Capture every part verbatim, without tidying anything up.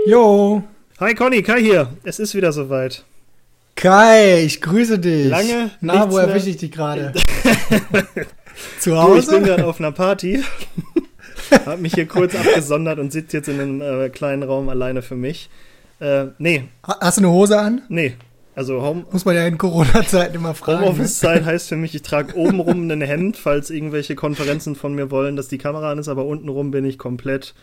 Jo. Hi Conny, Kai hier. Es ist wieder soweit. Kai, ich grüße dich. Lange Na, wo erwische ich dich gerade? Zu Hause? Du, ich bin gerade auf einer Party. Hab mich hier kurz abgesondert und sitze jetzt in einem äh, kleinen Raum alleine für mich. Äh, nee. Hast du eine Hose an? Nee. Also Home Muss man ja in Corona-Zeiten immer fragen. Homeoffice-Zeit heißt für mich, ich trage obenrum ein Hemd, falls irgendwelche Konferenzen von mir wollen, dass die Kamera an ist, aber untenrum bin ich komplett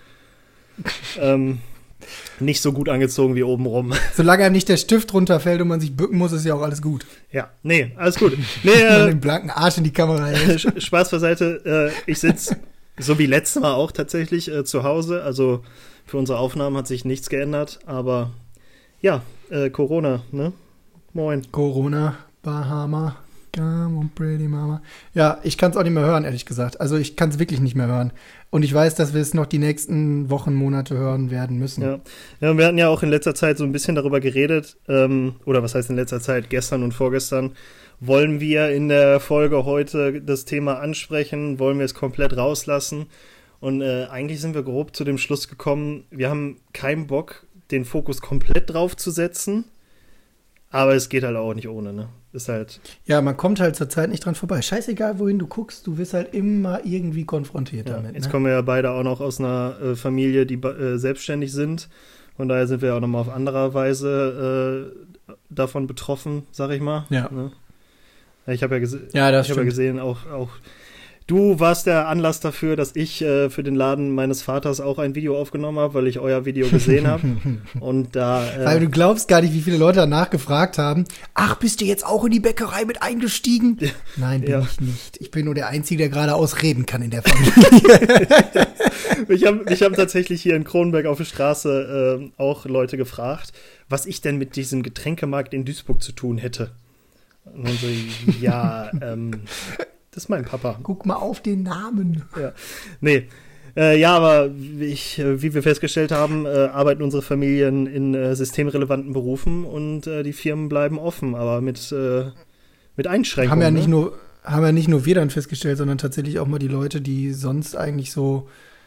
ähm, nicht so gut angezogen wie obenrum. Solange einem nicht der Stift runterfällt und man sich bücken muss, ist ja auch alles gut. Ja, nee, alles gut. Nee, Wenn man äh, den blanken Arsch in die Kamera hält. Spaß beiseite, äh, ich sitze, so wie letztes Mal auch tatsächlich, äh, zu Hause. Also für unsere Aufnahmen hat sich nichts geändert, aber ja, äh, Corona, ne? Moin. Corona, Bahama, come on, pretty mama. Ja, ich kann es auch nicht mehr hören, ehrlich gesagt. Also ich kann es wirklich nicht mehr hören. Und ich weiß, dass wir es noch die nächsten Wochen, Monate hören werden müssen. Ja, ja, wir hatten ja auch in letzter Zeit so ein bisschen darüber geredet, ähm, oder was heißt in letzter Zeit, gestern und vorgestern, wollen wir in der Folge heute das Thema ansprechen, wollen wir es komplett rauslassen? Und äh, eigentlich sind wir grob zu dem Schluss gekommen, wir haben keinen Bock, den Fokus komplett drauf zu setzen, aber es geht halt auch nicht ohne, ne? Ist halt. Ja, man kommt halt zur Zeit nicht dran vorbei. Scheißegal, wohin du guckst, du wirst halt immer irgendwie konfrontiert Ja, damit. jetzt ne? kommen wir ja beide auch noch aus einer äh, Familie, die äh, selbstständig sind. Von daher sind wir auch nochmal auf anderer Weise äh, davon betroffen, sag ich mal. Ja. Ne? Ich habe ja, gese- Ja, das ich hab ja stimmt. gesehen, auch, auch du warst der Anlass dafür, dass ich äh, für den Laden meines Vaters auch ein Video aufgenommen habe, weil ich euer Video gesehen habe. Und da. Äh, Weil du glaubst gar nicht, wie viele Leute danach gefragt haben, ach, bist du jetzt auch in die Bäckerei mit eingestiegen? Nein, bin Ja. ich nicht. Ich bin nur der Einzige, der gerade ausreden kann in der Familie. mich haben mich haben tatsächlich hier in Kronberg auf der Straße äh, auch Leute gefragt, was ich denn mit diesem Getränkemarkt in Duisburg zu tun hätte. Und dann so, ja, ähm, das ist mein Papa. Guck mal auf den Namen. Ja. Nee. Äh, ja, aber wie, ich, äh, wie wir festgestellt haben, äh, arbeiten unsere Familien in äh, systemrelevanten Berufen und äh, die Firmen bleiben offen, aber mit, äh, mit Einschränkungen. Haben ja, ne? nicht nur, haben ja nicht nur wir dann festgestellt, sondern tatsächlich auch mal die Leute, die sonst eigentlich so,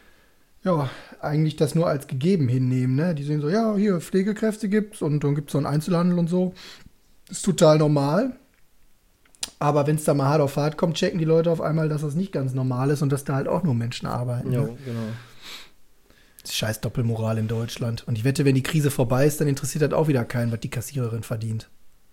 ja, eigentlich das nur als gegeben hinnehmen. Ne? Die sehen so, ja, hier Pflegekräfte gibt's und dann gibt's so einen Einzelhandel und so. Das ist total normal. Aber wenn es da mal hart auf hart kommt, checken die Leute auf einmal, dass das nicht ganz normal ist und dass da halt auch nur Menschen arbeiten. Ja, Ne? genau. Das ist scheiß Doppelmoral in Deutschland. Und ich wette, wenn die Krise vorbei ist, dann interessiert das auch wieder keinen, was die Kassiererin verdient.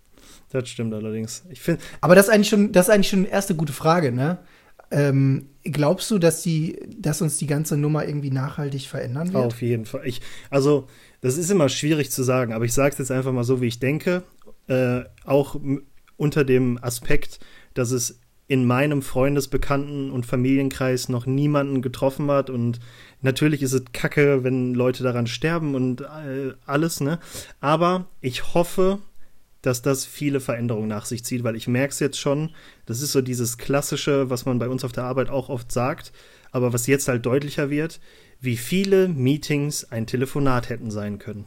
Das stimmt allerdings. Ich finde, Aber das ist eigentlich schon, das ist eigentlich schon eine erste gute Frage, ne? Ähm, glaubst du, dass die, dass uns die ganze Nummer irgendwie nachhaltig verändern wird? auf jeden Fall. Ich, also, das ist immer schwierig zu sagen, aber ich sage es jetzt einfach mal so, wie ich denke. Äh, auch m- unter dem Aspekt, dass es in meinem Freundesbekannten- und Familienkreis noch niemanden getroffen hat. Und natürlich ist es kacke, wenn Leute daran sterben und äh, alles, ne? Aber ich hoffe, dass das viele Veränderungen nach sich zieht, weil ich merke es jetzt schon, das ist so dieses Klassische, was man bei uns auf der Arbeit auch oft sagt, aber was jetzt halt deutlicher wird, wie viele Meetings ein Telefonat hätten sein können.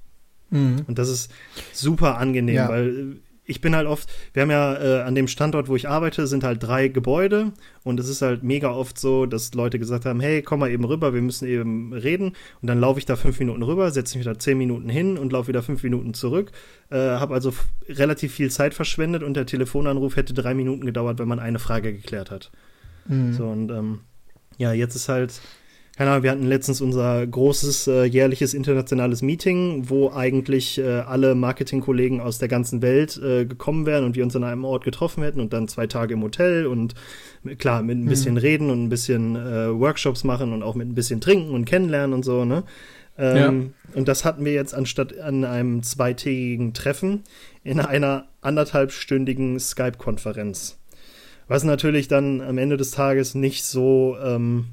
Mhm. Und das ist super angenehm, Ja. weil äh, ich bin halt oft, wir haben ja äh, an dem Standort, wo ich arbeite, sind halt drei Gebäude und es ist halt mega oft so, dass Leute gesagt haben, hey, komm mal eben rüber, wir müssen eben reden und dann laufe ich da fünf Minuten rüber, setze mich da zehn Minuten hin und laufe wieder fünf Minuten zurück, äh, habe also f- relativ viel Zeit verschwendet und der Telefonanruf hätte drei Minuten gedauert, wenn man eine Frage geklärt hat. Mhm. So und ähm, ja, jetzt ist halt, keine Ahnung, wir hatten letztens unser großes äh, jährliches internationales Meeting, wo eigentlich äh, alle Marketingkollegen aus der ganzen Welt äh, gekommen wären und wir uns an einem Ort getroffen hätten und dann zwei Tage im Hotel und mit, klar, mit ein bisschen Mhm. reden und ein bisschen äh, Workshops machen und auch mit ein bisschen trinken und kennenlernen und so, ne? Ähm, Und das hatten wir jetzt anstatt an einem zweitägigen Treffen in einer anderthalbstündigen Skype-Konferenz. Was natürlich dann am Ende des Tages nicht so ähm,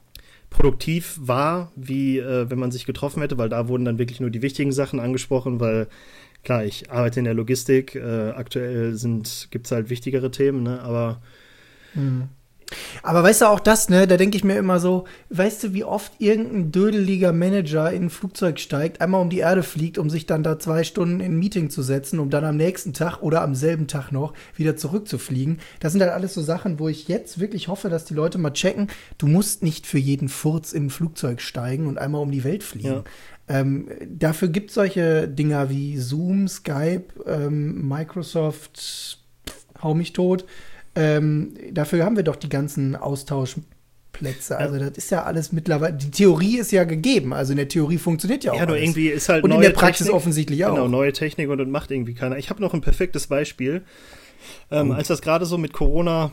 produktiv war, wie äh, wenn man sich getroffen hätte, weil da wurden dann wirklich nur die wichtigen Sachen angesprochen, weil klar, ich arbeite in der Logistik, äh, aktuell sind gibt's halt wichtigere Themen, ne, aber Mhm. Aber weißt du auch das, ne, da denke ich mir immer so, weißt du, wie oft irgendein dödeliger Manager in ein Flugzeug steigt, einmal um die Erde fliegt, um sich dann da zwei Stunden in ein Meeting zu setzen, um dann am nächsten Tag oder am selben Tag noch wieder zurückzufliegen. Das sind halt alles so Sachen, wo ich jetzt wirklich hoffe, dass die Leute mal checken, du musst nicht für jeden Furz in ein Flugzeug steigen und einmal um die Welt fliegen. Ja. Ähm, dafür gibt es solche Dinger wie Zoom, Skype, ähm, Microsoft, hau mich tot. Ähm, dafür haben wir doch die ganzen Austauschplätze. Also das ist ja alles mittlerweile, die Theorie ist ja gegeben. Also in der Theorie funktioniert ja auch Ja, nur alles. irgendwie ist halt Und neue in der Praxis Technik, offensichtlich auch. Genau, neue Technik und das macht irgendwie keiner. Ich habe noch ein perfektes Beispiel. Ähm, als das gerade so mit Corona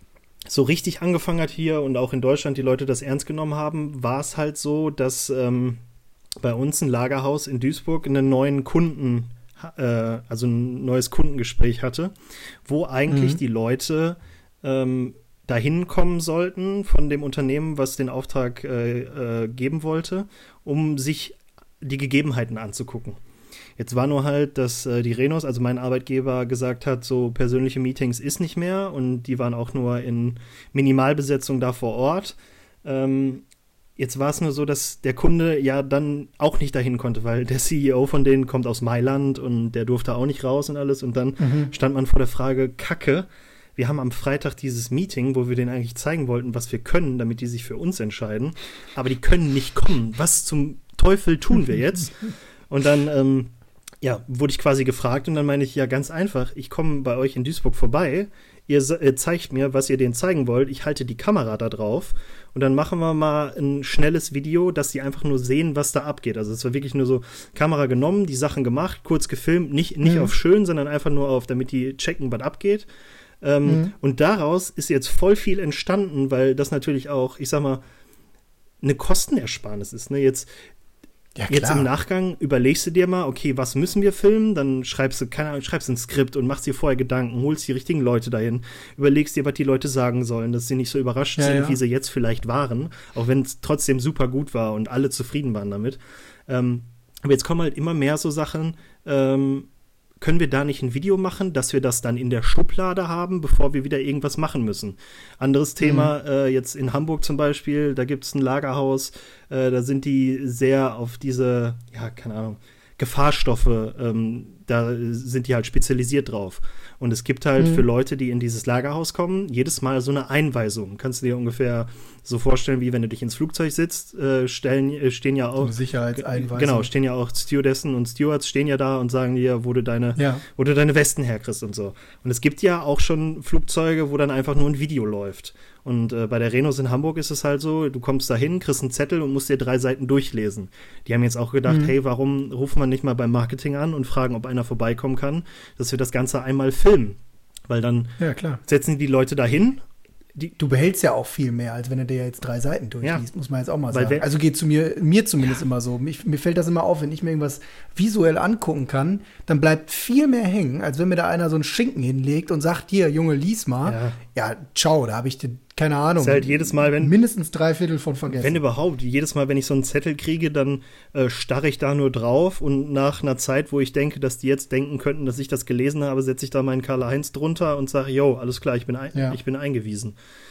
so richtig angefangen hat hier und auch in Deutschland die Leute das ernst genommen haben, war es halt so, dass ähm, bei uns ein Lagerhaus in Duisburg einen neuen Kunden, äh, also ein neues Kundengespräch hatte, wo eigentlich mhm. die Leute ähm, dahin kommen sollten von dem Unternehmen, was den Auftrag äh, äh, geben wollte, um sich die Gegebenheiten anzugucken. Jetzt war nur halt, dass äh, die Renos, also mein Arbeitgeber, gesagt hat, so persönliche Meetings ist nicht mehr und die waren auch nur in Minimalbesetzung da vor Ort. Ähm, jetzt war es nur so, dass der Kunde ja dann auch nicht dahin konnte, weil der C E O von denen kommt aus Mailand und der durfte auch nicht raus und alles. Und dann mhm. stand man vor der Frage, Kacke, wir haben am Freitag dieses Meeting, wo wir denen eigentlich zeigen wollten, was wir können, damit die sich für uns entscheiden. Aber die können nicht kommen. Was zum Teufel tun wir jetzt? Und dann ähm, ja, wurde ich quasi gefragt und dann meine ich, ja, ganz einfach, ich komme bei euch in Duisburg vorbei, ihr äh, zeigt mir, was ihr denen zeigen wollt, ich halte die Kamera da drauf und dann machen wir mal ein schnelles Video, dass die einfach nur sehen, was da abgeht. Also es war wirklich nur so, Kamera genommen, die Sachen gemacht, kurz gefilmt, nicht, nicht mhm. auf schön, sondern einfach nur auf, damit die checken, was abgeht. Ähm, mhm. Und daraus ist jetzt voll viel entstanden, weil das natürlich auch, ich sag mal, eine Kostenersparnis ist, ne, jetzt Ja, Jetzt im Nachgang überlegst du dir mal, okay, was müssen wir filmen? Dann schreibst du, keine Ahnung, schreibst ein Skript und machst dir vorher Gedanken, holst die richtigen Leute dahin, überlegst dir, was die Leute sagen sollen, dass sie nicht so überrascht ja, sind, ja. wie sie jetzt vielleicht waren, auch wenn es trotzdem super gut war und alle zufrieden waren damit. Ähm, aber jetzt kommen halt immer mehr so Sachen, ähm, können wir da nicht ein Video machen, dass wir das dann in der Schublade haben, bevor wir wieder irgendwas machen müssen? Anderes Thema, mhm. äh, jetzt in Hamburg zum Beispiel, da gibt es ein Lagerhaus, äh, da sind die sehr auf diese, ja, keine Ahnung, Gefahrstoffe, ähm, da sind die halt spezialisiert drauf. Und es gibt halt mhm. für Leute, die in dieses Lagerhaus kommen, jedes Mal so eine Einweisung. Kannst du dir ungefähr so vorstellen, wie wenn du dich ins Flugzeug sitzt, äh, stellen, äh, stehen ja auch so Sicherheitseinweisung. Genau, stehen ja auch Stewardessen und Stewards stehen ja da und sagen dir, wo du deine, ja. wo du deine Westen herkriegst und so. Und es gibt ja auch schon Flugzeuge, wo dann einfach nur ein Video läuft. Und äh, bei der Renos in Hamburg ist es halt so, du kommst da hin, kriegst einen Zettel und musst dir drei Seiten durchlesen. Die haben jetzt auch gedacht, mhm. hey, warum rufen wir nicht mal beim Marketing an und fragen, ob einer vorbeikommen kann, dass wir das Ganze einmal filmen. Weil dann ja, klar. setzen die Leute dahin. Die, du behältst ja auch viel mehr, als wenn du dir jetzt drei Seiten durchliest, ja. muss man jetzt auch mal Weil sagen. wenn, also geht zu mir, mir zumindest ja. immer so. Mich, mir fällt das immer auf, wenn ich mir irgendwas visuell angucken kann, dann bleibt viel mehr hängen, als wenn mir da einer so einen Schinken hinlegt und sagt, hier, Junge, lies mal. Ja, ja ciao, da habe ich den, keine Ahnung, ist halt jedes Mal, wenn, mindestens drei Viertel von vergessen. Wenn überhaupt, jedes Mal, wenn ich so einen Zettel kriege, dann äh, starre ich da nur drauf und nach einer Zeit, wo ich denke, dass die jetzt denken könnten, dass ich das gelesen habe, setze ich da meinen Karl-Heinz drunter und sage, jo, alles klar, ich bin, ein, ja. ich bin eingewiesen.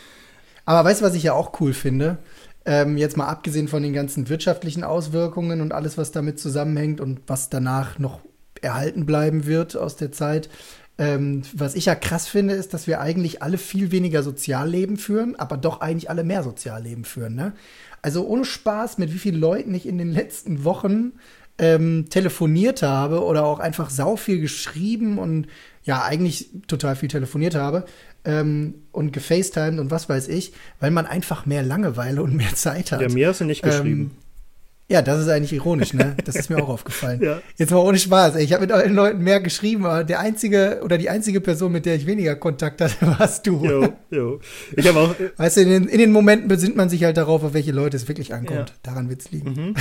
Aber weißt du, was ich ja auch cool finde? Ähm, jetzt mal abgesehen von den ganzen wirtschaftlichen Auswirkungen und alles, was damit zusammenhängt und was danach noch erhalten bleiben wird aus der Zeit. Ähm, was ich ja krass finde, ist, dass wir eigentlich alle viel weniger Sozialleben führen, aber doch eigentlich alle mehr Sozialleben führen. Ne? Also ohne Spaß, mit wie vielen Leuten ich in den letzten Wochen ähm, telefoniert habe oder auch einfach sau viel geschrieben und ja, eigentlich total viel telefoniert habe ähm, und gefacetimed und was weiß ich, weil man einfach mehr Langeweile und mehr Zeit hat. Ja, mir hast du nicht geschrieben. Ähm, ja, das ist eigentlich ironisch, ne? Das ist mir auch aufgefallen. Ja. Jetzt mal ohne Spaß. Ey. Ich habe mit euren Leuten mehr geschrieben, aber der einzige oder die einzige Person, mit der ich weniger Kontakt hatte, warst du. Jo, jo. Ich habe auch. Weißt du, in den, in den Momenten besinnt man sich halt darauf, auf welche Leute es wirklich ankommt. Ja. Daran wird's liegen. Mhm.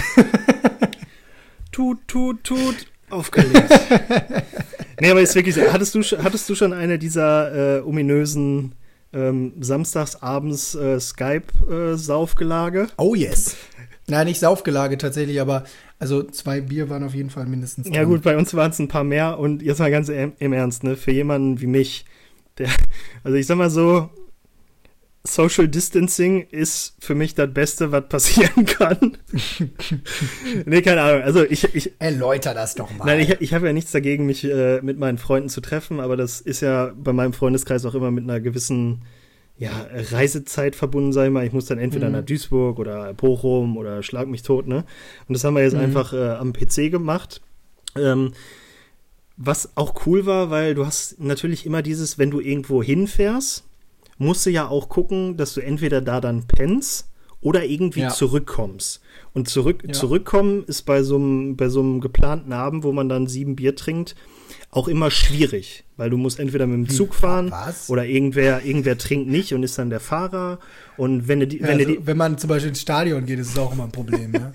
tut, tut, tut. Aufgelegt. Nee, aber ist wirklich, hattest du, hattest du schon eine dieser äh, ominösen ähm, Samstagsabends äh, Skype-Saufgelage? Äh, oh yes. Nein, nicht Saufgelage tatsächlich, aber also zwei Bier waren auf jeden Fall mindestens drin. Ja gut, bei uns waren es ein paar mehr und jetzt mal ganz im, im Ernst, ne, für jemanden wie mich, der, also ich sag mal so, Social Distancing ist für mich das Beste, was passieren kann. Nee, keine Ahnung. Also ich, ich erläuter das doch mal. Nein, ich, ich habe ja nichts dagegen, mich äh, mit meinen Freunden zu treffen, aber das ist ja bei meinem Freundeskreis auch immer mit einer gewissen, ja, Reisezeit verbunden sein mal. Ich muss dann entweder Mhm. nach Duisburg oder Bochum oder schlag mich tot, ne? Und das haben wir jetzt Mhm. einfach äh, am P C gemacht. Ähm, was auch cool war, weil du hast natürlich immer dieses, wenn du irgendwo hinfährst, musst du ja auch gucken, dass du entweder da dann pennst oder irgendwie Ja. zurückkommst. Und zurück, Ja. zurückkommen ist bei so einem bei so einem geplanten Abend, wo man dann sieben Bier trinkt, auch immer schwierig, weil du musst entweder mit dem Zug fahren Was? oder irgendwer, irgendwer trinkt nicht und ist dann der Fahrer. Und wenn du die, Ja, wenn du also, die, wenn man zum Beispiel ins Stadion geht, ist es auch immer ein Problem. Ne?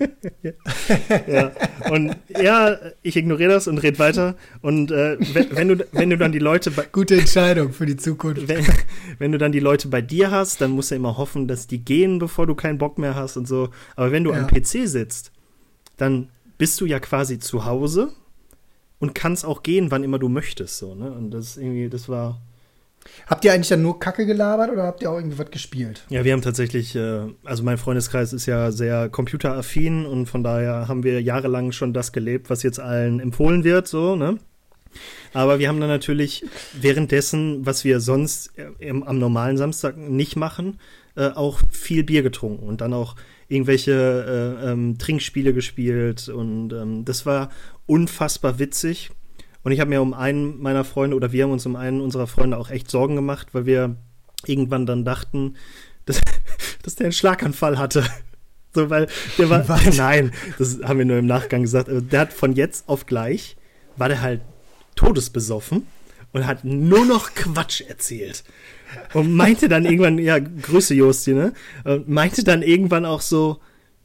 ja. Und ja, ich ignoriere das und red weiter. Und äh, wenn, wenn du wenn du dann die Leute bei Gute Entscheidung für die Zukunft. wenn, wenn du dann die Leute bei dir hast, dann musst du immer hoffen, dass die gehen, bevor du keinen Bock mehr hast und so. Aber wenn du Ja. am P C sitzt, dann bist du ja quasi zu Hause und kannst auch gehen, wann immer du möchtest. So, ne? Und das ist irgendwie, das war. Habt ihr eigentlich dann nur Kacke gelabert oder habt ihr auch irgendwie was gespielt? Ja, wir haben tatsächlich, äh, also mein Freundeskreis ist ja sehr computeraffin und von daher haben wir jahrelang schon das gelebt, was jetzt allen empfohlen wird, so, ne? Aber wir haben dann natürlich währenddessen, was wir sonst äh, im, am normalen Samstag nicht machen, äh, auch viel Bier getrunken und dann auch irgendwelche äh, ähm, Trinkspiele gespielt und ähm, das war unfassbar witzig. Und ich habe mir um einen meiner Freunde oder wir haben uns um einen unserer Freunde auch echt Sorgen gemacht, weil wir irgendwann dann dachten, dass, dass der einen Schlaganfall hatte. So, weil der war, Was? nein, das haben wir nur im Nachgang gesagt, also der hat von jetzt auf gleich, war der halt todesbesoffen und hat nur noch Quatsch erzählt. Und meinte dann irgendwann, ja, Grüße Josti, ne? Und meinte dann irgendwann auch so,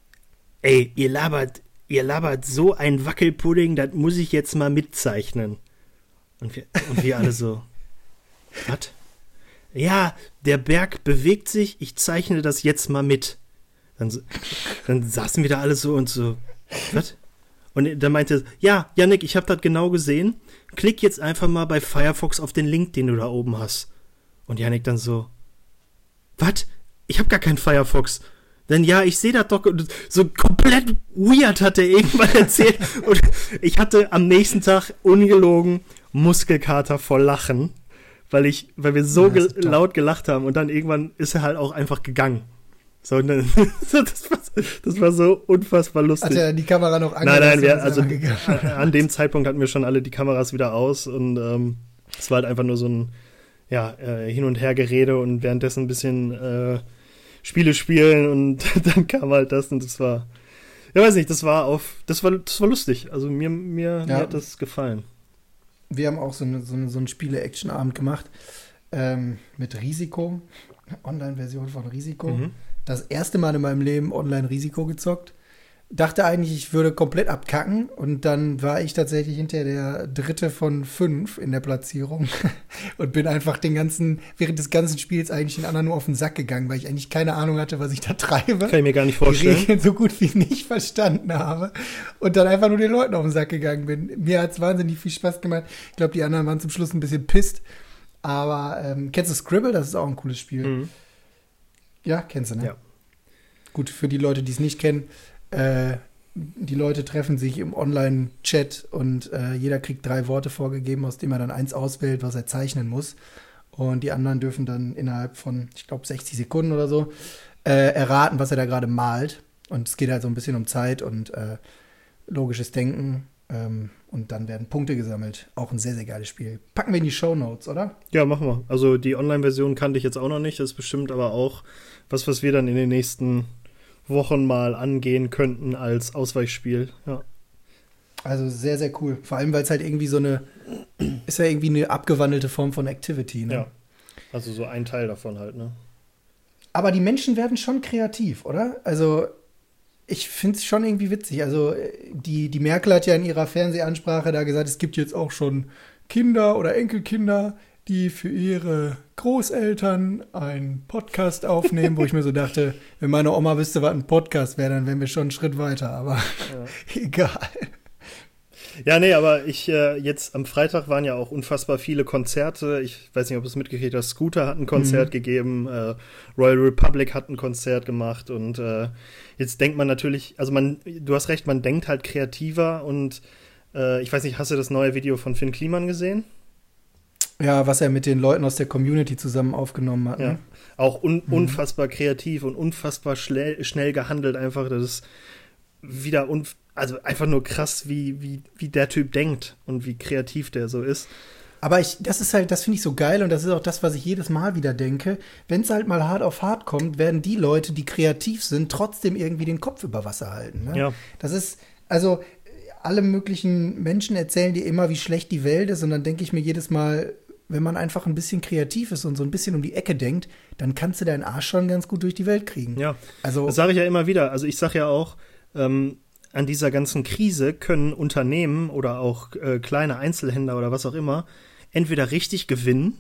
ey, ihr labert, ihr labert so ein Wackelpudding, das muss ich jetzt mal mitzeichnen. Und wir, und wir alle so, was? Ja, der Berg bewegt sich, ich zeichne das jetzt mal mit. Dann, so- dann saßen wir da alle so und so, was? Und dann meinte er, ja, Yannick, ich habe das genau gesehen. Klick jetzt einfach mal bei Firefox auf den Link, den du da oben hast. Und Yannick dann so, was? Ich habe gar keinen Firefox. Denn ja, ich sehe das doch. Und so komplett weird hat er irgendwann erzählt. Und ich hatte am nächsten Tag ungelogen Muskelkater vor Lachen, weil ich, weil wir so Ja, das ge ist top. laut gelacht haben. Und dann irgendwann ist er halt auch einfach gegangen. So, und dann, das, war, das war so unfassbar lustig. Hat er die Kamera noch Nein, angelassen nein, wir, und ist also einfach gegangen? an dem Zeitpunkt hatten wir schon alle die Kameras wieder aus und ähm, es war halt einfach nur so ein ja, äh, Hin- und Hergerede und währenddessen ein bisschen äh, Spiele spielen und dann kam halt das und das war, ja weiß nicht, das war auf, das war, das war lustig. Also mir, mir, mir Ja. hat das gefallen. Wir haben auch so, eine, so, eine, so einen Spiele-Action-Abend gemacht ähm, mit Risiko, Online-Version von Risiko. Mhm. Das erste Mal in meinem Leben Online-Risiko gezockt. Dachte eigentlich, ich würde komplett abkacken und dann war ich tatsächlich hinterher der dritte von fünf in der Platzierung und bin einfach den ganzen, während des ganzen Spiels eigentlich den anderen nur auf den Sack gegangen, weil ich eigentlich keine Ahnung hatte, was ich da treibe. Kann ich mir gar nicht Die vorstellen. Regeln so gut wie nicht verstanden habe und dann einfach nur den Leuten auf den Sack gegangen bin. Mir hat es wahnsinnig viel Spaß gemacht. Ich glaube, die anderen waren zum Schluss ein bisschen pisst. Aber ähm, kennst du Scribble? Das ist auch ein cooles Spiel. Mhm. Ja, kennst du, ne? Ja. Gut, für die Leute, die es nicht kennen, äh, die Leute treffen sich im Online-Chat und äh, jeder kriegt drei Worte vorgegeben, aus denen er dann eins auswählt, was er zeichnen muss. Und die anderen dürfen dann innerhalb von, ich glaube, sechzig Sekunden oder so äh, erraten, was er da gerade malt. Und es geht halt so ein bisschen um Zeit und äh, logisches Denken. Ähm, und dann werden Punkte gesammelt. Auch ein sehr, sehr geiles Spiel. Packen wir in die Shownotes, oder? Ja, machen wir. Also die Online-Version kannte ich jetzt auch noch nicht. Das ist bestimmt aber auch was, was wir dann in den nächsten Wochen mal angehen könnten als Ausweichspiel. Ja. Also sehr, sehr cool. Vor allem, weil es halt irgendwie so eine, ist ja irgendwie eine abgewandelte Form von Activity. Ne? Ja. Also so ein Teil davon halt, ne? Aber die Menschen werden schon kreativ, oder? Also ich finde es schon irgendwie witzig. Also die, die Merkel hat ja in ihrer Fernsehansprache da gesagt, es gibt jetzt auch schon Kinder oder Enkelkinder, die für ihre Großeltern einen Podcast aufnehmen, wo ich mir so dachte, wenn meine Oma wüsste, was ein Podcast wäre, dann wären wir schon einen Schritt weiter. Aber Ja. egal. Ja, nee, aber ich, äh, jetzt am Freitag waren ja auch unfassbar viele Konzerte. Ich weiß nicht, ob du es mitgekriegt hast. Scooter hat ein Konzert Mhm. gegeben, äh, Royal Republic hat ein Konzert gemacht und äh, jetzt denkt man natürlich, also man, du hast recht, man denkt halt kreativer und äh, ich weiß nicht, hast du das neue Video von Finn Kliman gesehen? Ja, was er mit den Leuten aus der Community zusammen aufgenommen hat. Ja. Ne? Auch un- unfassbar kreativ und unfassbar schnell, schnell gehandelt einfach. Das ist wieder, unf- also einfach nur krass, wie, wie, wie der Typ denkt und wie kreativ der so ist. Aber ich, das ist halt, das finde ich so geil und das ist auch das, was ich jedes Mal wieder denke. Wenn es halt mal hart auf hart kommt, werden die Leute, die kreativ sind, trotzdem irgendwie den Kopf über Wasser halten. Ne? Ja. Das ist, also alle möglichen Menschen erzählen dir immer, wie schlecht die Welt ist und dann denke ich mir jedes Mal, wenn man einfach ein bisschen kreativ ist und so ein bisschen um die Ecke denkt, dann kannst du deinen Arsch schon ganz gut durch die Welt kriegen. Ja, also, das sage ich ja immer wieder. Also ich sage ja auch, ähm, an dieser ganzen Krise können Unternehmen oder auch äh, kleine Einzelhändler oder was auch immer entweder richtig gewinnen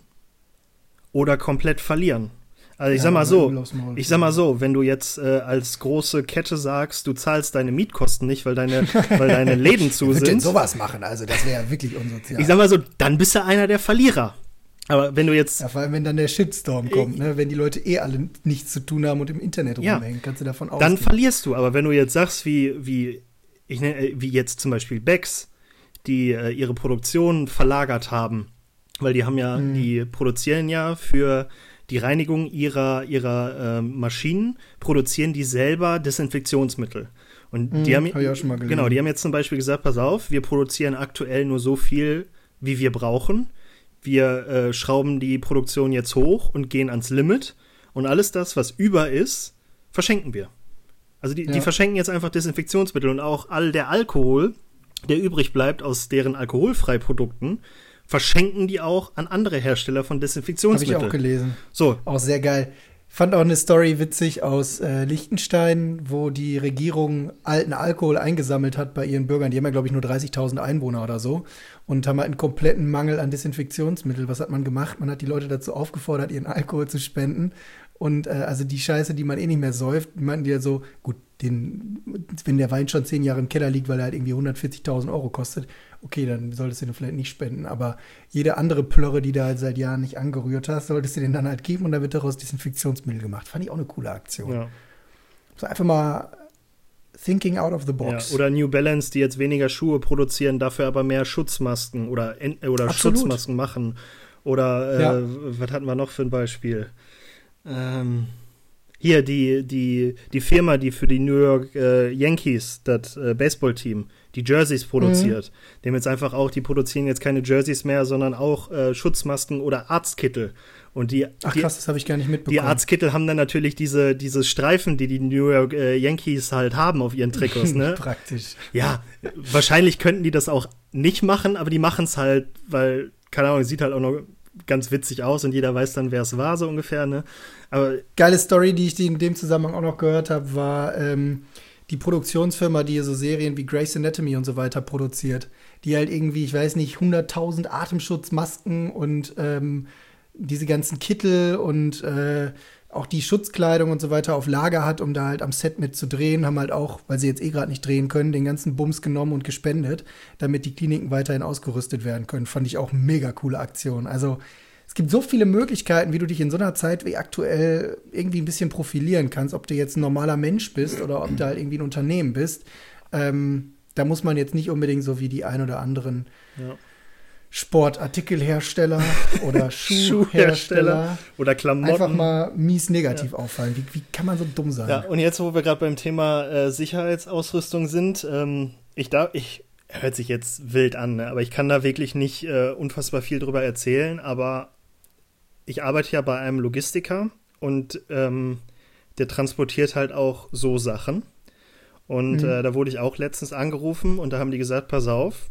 oder komplett verlieren. Also ich Ja, sag mal so, übel aufs Maul. ich sag mal so, wenn du jetzt äh, als große Kette sagst, du zahlst deine Mietkosten nicht, weil deine, weil deine Läden zu Wer wird denn sind. sowas machen? Also das wäre ja wirklich unsozial. Ich sag mal so, dann bist du einer der Verlierer. Aber wenn du jetzt, Ja, vor allem, wenn dann der Shitstorm kommt, ne? Wenn die Leute eh alle nichts zu tun haben und im Internet Ja. rumhängen, kannst du davon dann ausgehen. verlierst du. Aber wenn du jetzt sagst, wie, wie, ich nenne, äh, wie jetzt zum Beispiel Becks, die äh, ihre Produktion verlagert haben, weil die haben ja, Mhm. die produzieren ja für die Reinigung ihrer, ihrer äh, Maschinen, produzieren die selber Desinfektionsmittel. Und Mhm, die haben, hab ich auch schon mal gelesen. genau, die haben jetzt zum Beispiel gesagt, pass auf, wir produzieren aktuell nur so viel, wie wir brauchen. Wir äh, schrauben die Produktion jetzt hoch und gehen ans Limit. Und alles das, was über ist, verschenken wir. Also die, Ja. die verschenken jetzt einfach Desinfektionsmittel. Und auch all der Alkohol, der übrig bleibt aus deren Alkoholfreiprodukten, verschenken die auch an andere Hersteller von Habe ich Desinfektionsmitteln. auch gelesen. So, Auch sehr geil. Fand auch eine Story witzig aus äh, Liechtenstein, wo die Regierung alten Alkohol eingesammelt hat bei ihren Bürgern. Die haben ja, glaube ich, nur dreißigtausend Einwohner oder so und haben halt einen kompletten Mangel an Desinfektionsmittel. Was hat man gemacht? Man hat die Leute dazu aufgefordert, ihren Alkohol zu spenden. Und äh, also die Scheiße, die man eh nicht mehr säuft, die meinten die ja so, gut, den, wenn der Wein schon zehn Jahre im Keller liegt, weil er halt irgendwie hundertvierzigtausend Euro kostet, okay, dann solltest du den vielleicht nicht spenden. Aber jede andere Plörre, die du halt seit Jahren nicht angerührt hast, solltest du den dann halt geben und dann wird daraus Desinfektionsmittel gemacht. Fand ich auch eine coole Aktion. ja. So einfach mal thinking out of the Ja, box. oder New Balance, die jetzt weniger Schuhe produzieren, dafür aber mehr Schutzmasken oder, en- oder Absolut. Schutzmasken machen. Oder äh, Ja. was hatten wir noch für ein Beispiel? Ähm, hier, die, die, die Firma, die für die New York äh, Yankees, das äh, Baseballteam, die Jerseys produziert. Mhm. Die haben jetzt einfach auch, die produzieren jetzt keine Jerseys mehr, sondern auch äh, Schutzmasken oder Arztkittel. Und die, Ach die, krass, das habe ich gar nicht mitbekommen. die Arztkittel haben dann natürlich diese, diese Streifen, die die New York äh, Yankees halt haben auf ihren Trikots, ne? Praktisch. Ja, wahrscheinlich könnten die das auch nicht machen, aber die machen es halt, weil, keine Ahnung, sieht halt auch noch ganz witzig aus und jeder weiß dann, wer es war, so ungefähr, ne? Aber Geile Story, die ich in dem Zusammenhang auch noch gehört habe, war ähm, die Produktionsfirma, die so Serien wie Grey's Anatomy und so weiter produziert, die halt irgendwie, ich weiß nicht, hunderttausend Atemschutzmasken und ähm, diese ganzen Kittel und äh, auch die Schutzkleidung und so weiter auf Lager hat, um da halt am Set mit zu drehen, haben halt auch, weil sie jetzt eh gerade nicht drehen können, den ganzen Bums genommen und gespendet, damit die Kliniken weiterhin ausgerüstet werden können. Fand ich auch mega coole Aktion. Also es gibt so viele Möglichkeiten, wie du dich in so einer Zeit wie aktuell irgendwie ein bisschen profilieren kannst, ob du jetzt ein normaler Mensch bist oder ob du halt irgendwie ein Unternehmen bist. Ähm, da muss man jetzt nicht unbedingt so wie die ein oder anderen ja. Sportartikelhersteller oder Schuhhersteller Schuhhersteller oder Klamotten. einfach mal mies negativ auffallen. Wie, wie kann man so dumm sein? Ja, und jetzt, wo wir gerade beim Thema äh, Sicherheitsausrüstung sind, ähm, ich darf, ich hört sich jetzt wild an, ne? Aber ich kann da wirklich nicht äh, unfassbar viel drüber erzählen, aber ich arbeite ja bei einem Logistiker und ähm, der transportiert halt auch so Sachen. Und Mhm. äh, da wurde ich auch letztens angerufen und da haben die gesagt, pass auf,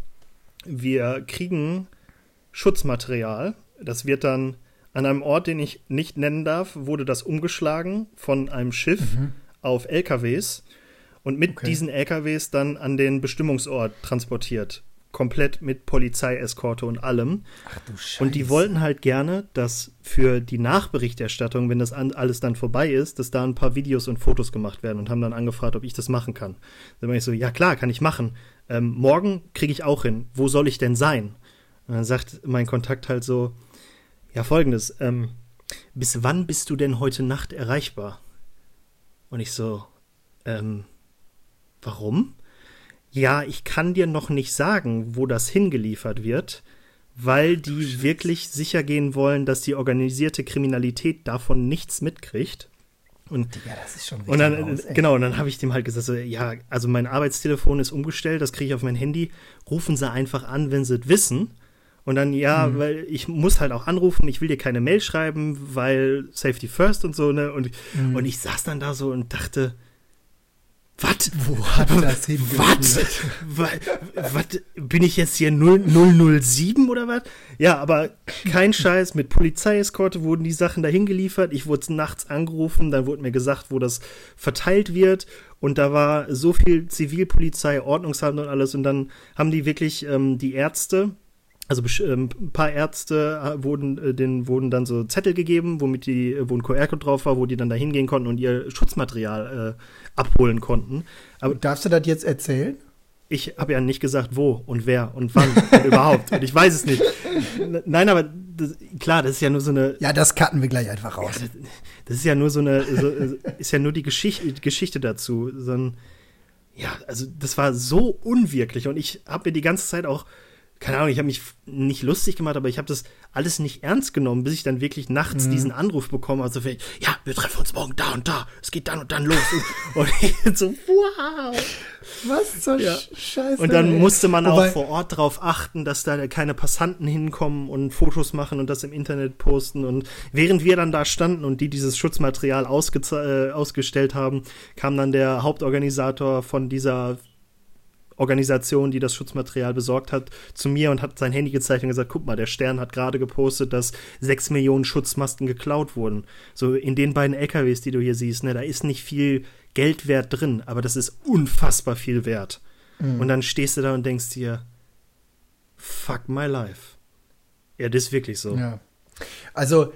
wir kriegen Schutzmaterial. Das wird dann an einem Ort, den ich nicht nennen darf, wurde das umgeschlagen von einem Schiff Mhm. auf L K Ws und mit Okay. diesen L K Ws dann an den Bestimmungsort transportiert. Komplett mit Polizeieskorte und allem. Ach du Scheiße. Und die wollten halt gerne, dass für die Nachberichterstattung, wenn das an, alles dann vorbei ist, dass da ein paar Videos und Fotos gemacht werden und haben dann angefragt, ob ich das machen kann. Dann war ich so, ja klar, kann ich machen. Ähm, morgen kriege ich auch hin. Wo soll ich denn sein? Und dann sagt mein Kontakt halt so, ja folgendes, ähm, bis wann bist du denn heute Nacht erreichbar? Und ich so, ähm, warum? Ja, ich kann dir noch nicht sagen, wo das hingeliefert wird, weil die wirklich sicher gehen wollen, dass die organisierte Kriminalität davon nichts mitkriegt. Und, ja, das ist schon und dann, raus, genau, und dann habe ich dem halt gesagt, so, ja, also mein Arbeitstelefon ist umgestellt, das kriege ich auf mein Handy, rufen Sie einfach an, wenn Sie es wissen. Und dann, ja, mhm. weil ich muss halt auch anrufen, ich will dir keine Mail schreiben, weil Safety First und so, ne, und, mhm. und ich saß dann da so und dachte, was? Wo hat das hingeführt? Was? Bin ich jetzt hier null null sieben oder was? Ja, aber kein Scheiß. Mit Polizeieskorte wurden die Sachen dahin geliefert. Ich wurde nachts angerufen. Dann wurde mir gesagt, wo das verteilt wird. Und da war so viel Zivilpolizei, Ordnungsamt und alles. Und dann haben die wirklich ähm, die Ärzte, also ähm, ein paar Ärzte wurden, äh, denen wurden dann so Zettel gegeben, womit die, wo ein Q R-Code drauf war, wo die dann da hingehen konnten und ihr Schutzmaterial äh, abholen konnten. Aber darfst du das jetzt erzählen? Ich habe ja nicht gesagt, wo und wer und wann und überhaupt. Und ich weiß es nicht. Nein, aber das, klar, das ist ja nur so eine. Ja, das cutten wir gleich einfach raus. Ja, das, das ist ja nur so eine, so, ist ja nur die Geschichte, Geschichte dazu. So ein, ja, also das war so unwirklich und ich habe mir die ganze Zeit auch, keine Ahnung, ich habe mich nicht lustig gemacht, aber ich habe das alles nicht ernst genommen, bis ich dann wirklich nachts mhm. diesen Anruf bekomme. Also, ja, wir treffen uns morgen da und da. Es geht dann und dann los. Und ich so, wow. Was zur ja. Scheiße. Und dann ey. musste man Wobei, auch vor Ort darauf achten, dass da keine Passanten hinkommen und Fotos machen und das im Internet posten. Und während wir dann da standen und die dieses Schutzmaterial ausge- äh, ausgestellt haben, kam dann der Hauptorganisator von dieser Organisation, die das Schutzmaterial besorgt hat, zu mir und hat sein Handy gezeigt und gesagt, guck mal, der Stern hat gerade gepostet, dass sechs Millionen Schutzmasken geklaut wurden. So in den beiden L K Ws, die du hier siehst, ne, da ist nicht viel Geldwert drin, aber das ist unfassbar viel wert. Mhm. Und dann stehst du da und denkst dir, fuck my life. Ja, das ist wirklich so. Ja. Also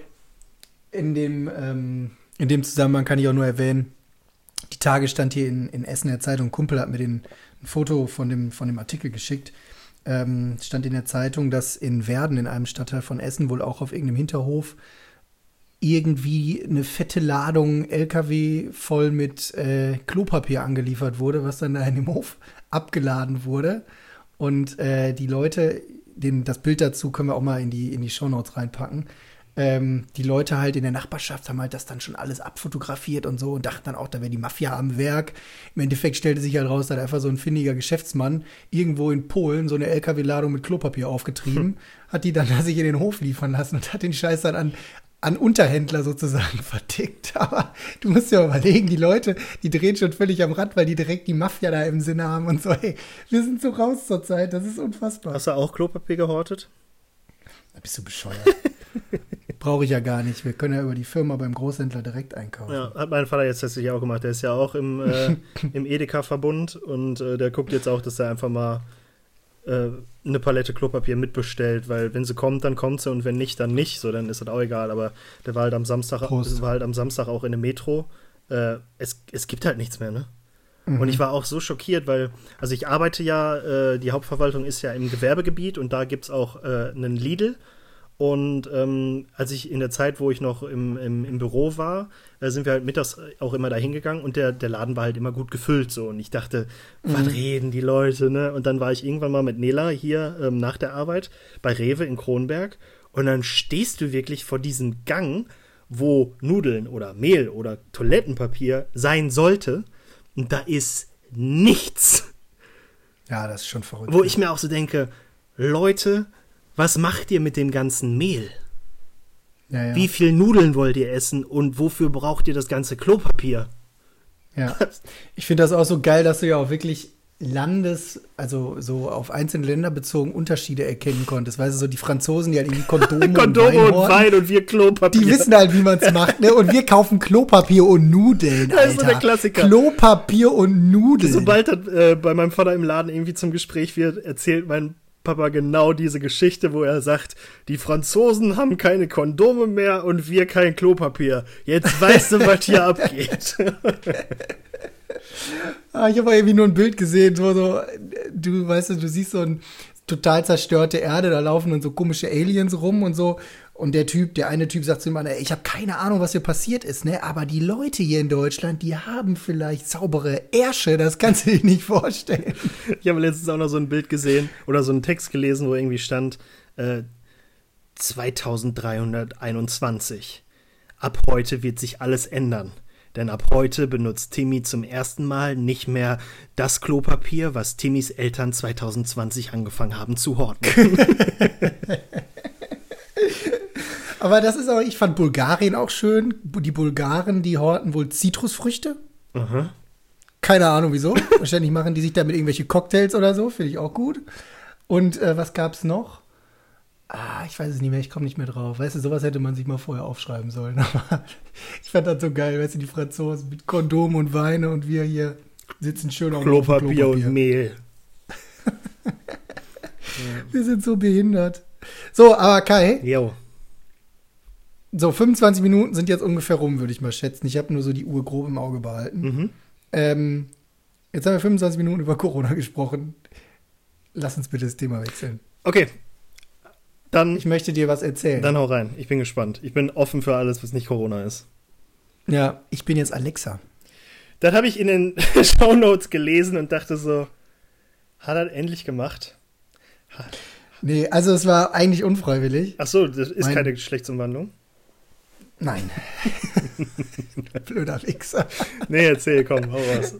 in dem, ähm, in dem Zusammenhang kann ich auch nur erwähnen, die Tage stand hier in, in Essen in der Zeitung, ein Kumpel hat mir den, ein Foto von dem, von dem Artikel geschickt, ähm, stand in der Zeitung, dass in Werden, in einem Stadtteil von Essen, wohl auch auf irgendeinem Hinterhof, irgendwie eine fette Ladung L K W voll mit äh, Klopapier angeliefert wurde, was dann da in dem Hof abgeladen wurde. Und äh, die Leute, den, das Bild dazu können wir auch mal in die, in die Shownotes reinpacken, Ähm, die Leute halt in der Nachbarschaft haben halt das dann schon alles abfotografiert und so und dachten dann auch, da wäre die Mafia am Werk. Im Endeffekt stellte sich halt raus, da hat einfach so ein findiger Geschäftsmann irgendwo in Polen so eine L K W-Ladung mit Klopapier aufgetrieben, hm. hat die dann da sich in den Hof liefern lassen und hat den Scheiß dann an, an Unterhändler sozusagen vertickt. Aber du musst dir überlegen, die Leute, die drehen schon völlig am Rad, weil die direkt die Mafia da im Sinne haben und so. Hey, wir sind so raus zur Zeit, das ist unfassbar. Hast du auch Klopapier gehortet? Da bist du bescheuert. Brauche ich ja gar nicht. Wir können ja über die Firma beim Großhändler direkt einkaufen. Ja, hat mein Vater jetzt tatsächlich auch gemacht. Der ist ja auch im, äh, im Edeka-Verbund und äh, der guckt jetzt auch, dass er einfach mal äh, eine Palette Klopapier mitbestellt, weil wenn sie kommt, dann kommt sie und wenn nicht, dann nicht. So, dann ist das auch egal. Aber der war halt am Samstag, war halt am Samstag auch in der Metro. Äh, es, es gibt halt nichts mehr, ne? Mhm. Und ich war auch so schockiert, weil, also ich arbeite ja, äh, die Hauptverwaltung ist ja im Gewerbegebiet und da gibt's auch äh, einen Lidl. Und ähm, als ich in der Zeit, wo ich noch im, im, im Büro war, äh, sind wir halt mittags auch immer da hingegangen und der, der Laden war halt immer gut gefüllt so. Und ich dachte, mhm. was reden die Leute, ne? Und dann war ich irgendwann mal mit Nela hier ähm, nach der Arbeit bei Rewe in Kronberg und dann stehst du wirklich vor diesem Gang, wo Nudeln oder Mehl oder Toilettenpapier sein sollte und da ist nichts. Ja, das ist schon verrückt. Wo ich mir auch so denke, Leute, was macht ihr mit dem ganzen Mehl? Ja, ja. Wie viel Nudeln wollt ihr essen und wofür braucht ihr das ganze Klopapier? Ja, ich finde das auch so geil, dass du ja auch wirklich Landes, also so auf einzelne Länder bezogen Unterschiede erkennen konntest. Weißt du, so die Franzosen, die halt irgendwie Kondome, Kondome und, und Wein und wir Klopapier. Die wissen halt, wie man es macht, ne? Und wir kaufen Klopapier und Nudeln, Alter. Das ist so der Klassiker. Klopapier und Nudeln. Sobald das äh, bei meinem Vater im Laden irgendwie zum Gespräch wird, erzählt mein Papa genau diese Geschichte, wo er sagt, die Franzosen haben keine Kondome mehr und wir kein Klopapier. Jetzt weißt du, was hier abgeht. Ah, ich habe irgendwie nur ein Bild gesehen, wo so, du weißt du, du siehst so eine total zerstörte Erde, da laufen dann so komische Aliens rum und so. Und der Typ, der eine Typ sagt zu ihm, ey, ich habe keine Ahnung, was hier passiert ist, ne? Aber die Leute hier in Deutschland, die haben vielleicht saubere Ärsche, das kannst du dir nicht vorstellen. Ich habe letztens auch noch so ein Bild gesehen oder so einen Text gelesen, wo irgendwie stand, äh, zweitausenddreihunderteinundzwanzig. Ab heute wird sich alles ändern. Denn ab heute benutzt Timmy zum ersten Mal nicht mehr das Klopapier, was Timmys Eltern zweitausendzwanzig angefangen haben zu horten. Aber das ist auch, ich fand Bulgarien auch schön. Die Bulgaren, die horten wohl Zitrusfrüchte. Aha. Keine Ahnung wieso. Wahrscheinlich machen die sich damit irgendwelche Cocktails oder so. Finde ich auch gut. Und äh, was gab's noch? Ah, ich weiß es nicht mehr, ich komme nicht mehr drauf. Weißt du, sowas hätte man sich mal vorher aufschreiben sollen. Aber ich fand das so geil, weißt du, die Franzosen mit Kondom und Weine und wir hier sitzen schön auf Klopapier, Klopapier und Mehl. Wir sind so behindert. So, aber Kai, Jo. so fünfundzwanzig Minuten sind jetzt ungefähr rum, würde ich mal schätzen. Ich habe nur so die Uhr grob im Auge behalten. Mhm. Ähm, jetzt haben wir fünfundzwanzig Minuten über Corona gesprochen. Lass uns bitte das Thema wechseln. Okay. Dann, Ich möchte dir was erzählen. dann hau rein. Ich bin gespannt. Ich bin offen für alles, was nicht Corona ist. Ja, ich bin jetzt Alexa. Das habe ich in den Shownotes gelesen und dachte so, hat er endlich gemacht? Nee, also es war eigentlich unfreiwillig. Ach so, das ist Mein- keine Geschlechtsumwandlung? Nein. Blöder Wichser. Nee, erzähl, komm, hau raus.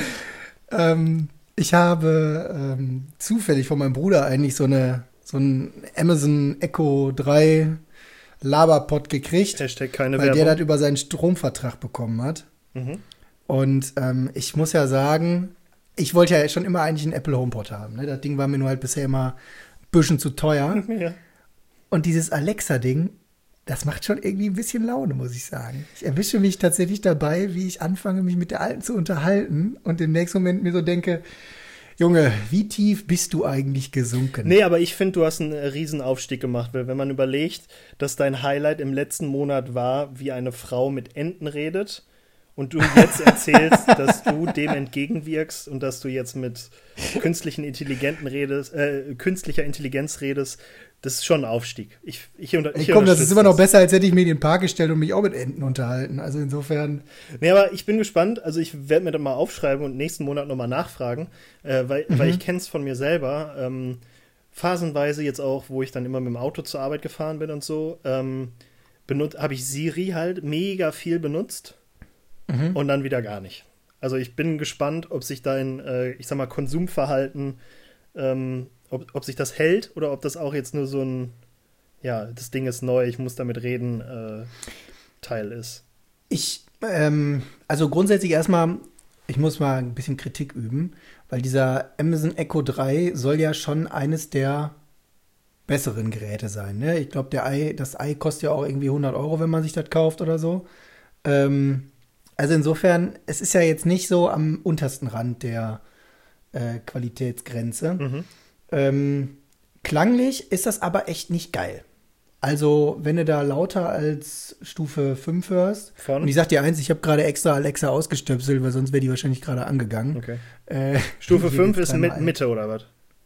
Ähm, ich habe ähm, zufällig von meinem Bruder eigentlich so eine so ein Amazon Echo drei Laberpod gekriegt, Hashtag keine weil der Werbung. das über seinen Stromvertrag bekommen hat. Mhm. Und ähm, ich muss ja sagen, ich wollte ja schon immer eigentlich einen Apple HomePod haben. Ne? Das Ding war mir nur halt bisher immer ein bisschen zu teuer. Ja. Und dieses Alexa-Ding, das macht schon irgendwie ein bisschen Laune, muss ich sagen. Ich erwische mich tatsächlich dabei, wie ich anfange, mich mit der Alten zu unterhalten und im nächsten Moment mir so denke, Junge, wie tief bist du eigentlich gesunken? Nee, aber ich finde, du hast einen riesen Aufstieg gemacht, weil wenn man überlegt, dass dein Highlight im letzten Monat war, wie eine Frau mit Enten redet und du jetzt erzählst, dass du dem entgegenwirkst und dass du jetzt mit künstlichen Intelligenten redest, äh, künstlicher Intelligenz redest, das ist schon ein Aufstieg. Ich, ich, unter, Ey, ich komm, das ist unterstütze immer noch besser, als hätte ich mir in den Park gestellt und mich auch mit Enten unterhalten. Also insofern, Nee, aber ich bin gespannt. Also ich werde mir das mal aufschreiben und nächsten Monat nochmal nachfragen, äh, weil, Mhm. weil ich kenne es von mir selber. Ähm, phasenweise jetzt auch, wo ich dann immer mit dem Auto zur Arbeit gefahren bin und so, ähm, habe ich Siri halt mega viel benutzt Mhm. und dann wieder gar nicht. Also ich bin gespannt, ob sich dein, äh, ich sag mal, Konsumverhalten, ähm, ob, ob sich das hält oder ob das auch jetzt nur so ein, ja, das Ding ist neu, ich muss damit reden, äh, Teil ist. ich, ähm, also grundsätzlich erstmal, ich muss mal ein bisschen Kritik üben, weil dieser Amazon Echo drei soll ja schon eines der besseren Geräte sein. Ne? Ich glaube, der Ei, das Ei kostet ja auch irgendwie hundert Euro, wenn man sich das kauft oder so. Ähm, also insofern, es ist ja jetzt nicht so am untersten Rand der äh, Qualitätsgrenze. Mhm. Ähm, klanglich ist das aber echt nicht geil. Also, wenn du da lauter als Stufe fünf hörst, Von? und ich sag dir eins, ich habe gerade extra Alexa ausgestöpselt, weil sonst wäre die wahrscheinlich gerade angegangen. Okay. Äh, Stufe hier fünf geht's ist dreimal mit ein. Mitte oder was?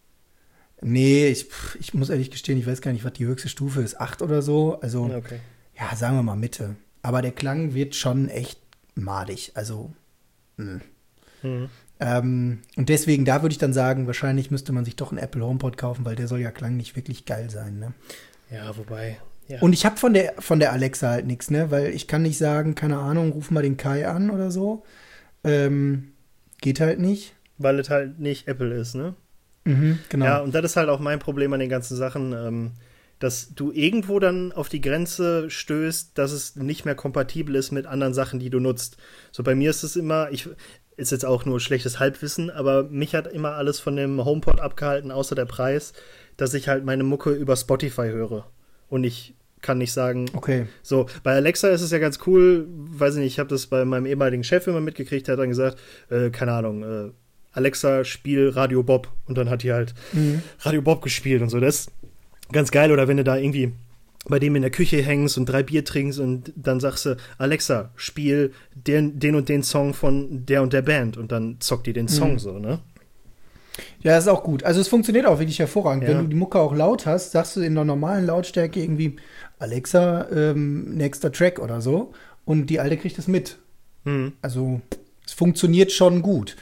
Nee, ich, pff, ich muss ehrlich gestehen, ich weiß gar nicht, was die höchste Stufe ist. acht oder so. Also, Okay. ja, sagen wir mal Mitte. Aber der Klang wird schon echt madig. Also, mh. Mhm. Ähm, und deswegen, da würde ich dann sagen, wahrscheinlich müsste man sich doch einen Apple HomePod kaufen, weil der soll ja klanglich wirklich geil sein, ne? Ja, wobei. Ja. Und ich habe von der, von der Alexa halt nichts, ne? Weil ich kann nicht sagen, keine Ahnung, ruf mal den Kai an oder so. Ähm, geht halt nicht. Weil es halt nicht Apple ist, ne? Mhm, genau. Ja, und das ist halt auch mein Problem an den ganzen Sachen, ähm, dass du irgendwo dann auf die Grenze stößt, dass es nicht mehr kompatibel ist mit anderen Sachen, die du nutzt. So bei mir ist es immer, ich ist jetzt auch nur schlechtes Halbwissen, aber mich hat immer alles von dem HomePod abgehalten, außer der Preis, dass ich halt meine Mucke über Spotify höre. Und ich kann nicht sagen, Okay. so, bei Alexa ist es ja ganz cool, weiß ich nicht, ich habe das bei meinem ehemaligen Chef immer mitgekriegt, der hat dann gesagt, äh, keine Ahnung, äh, Alexa, spiel Radio Bob. Und dann hat die halt Mhm. Radio Bob gespielt und so. Das ist ganz geil. Oder wenn du da irgendwie bei dem in der Küche hängst und drei Bier trinkst und dann sagst du, Alexa, spiel den, den und den Song von der und der Band. Und dann zockt die den Song Mhm. so, ne? Ja, das ist auch gut. Also es funktioniert auch wirklich hervorragend. Ja. Wenn du die Mucke auch laut hast, sagst du in der normalen Lautstärke irgendwie Alexa, ähm, nächster Track oder so. Und die Alte kriegt es mit. Mhm. Also es funktioniert schon gut.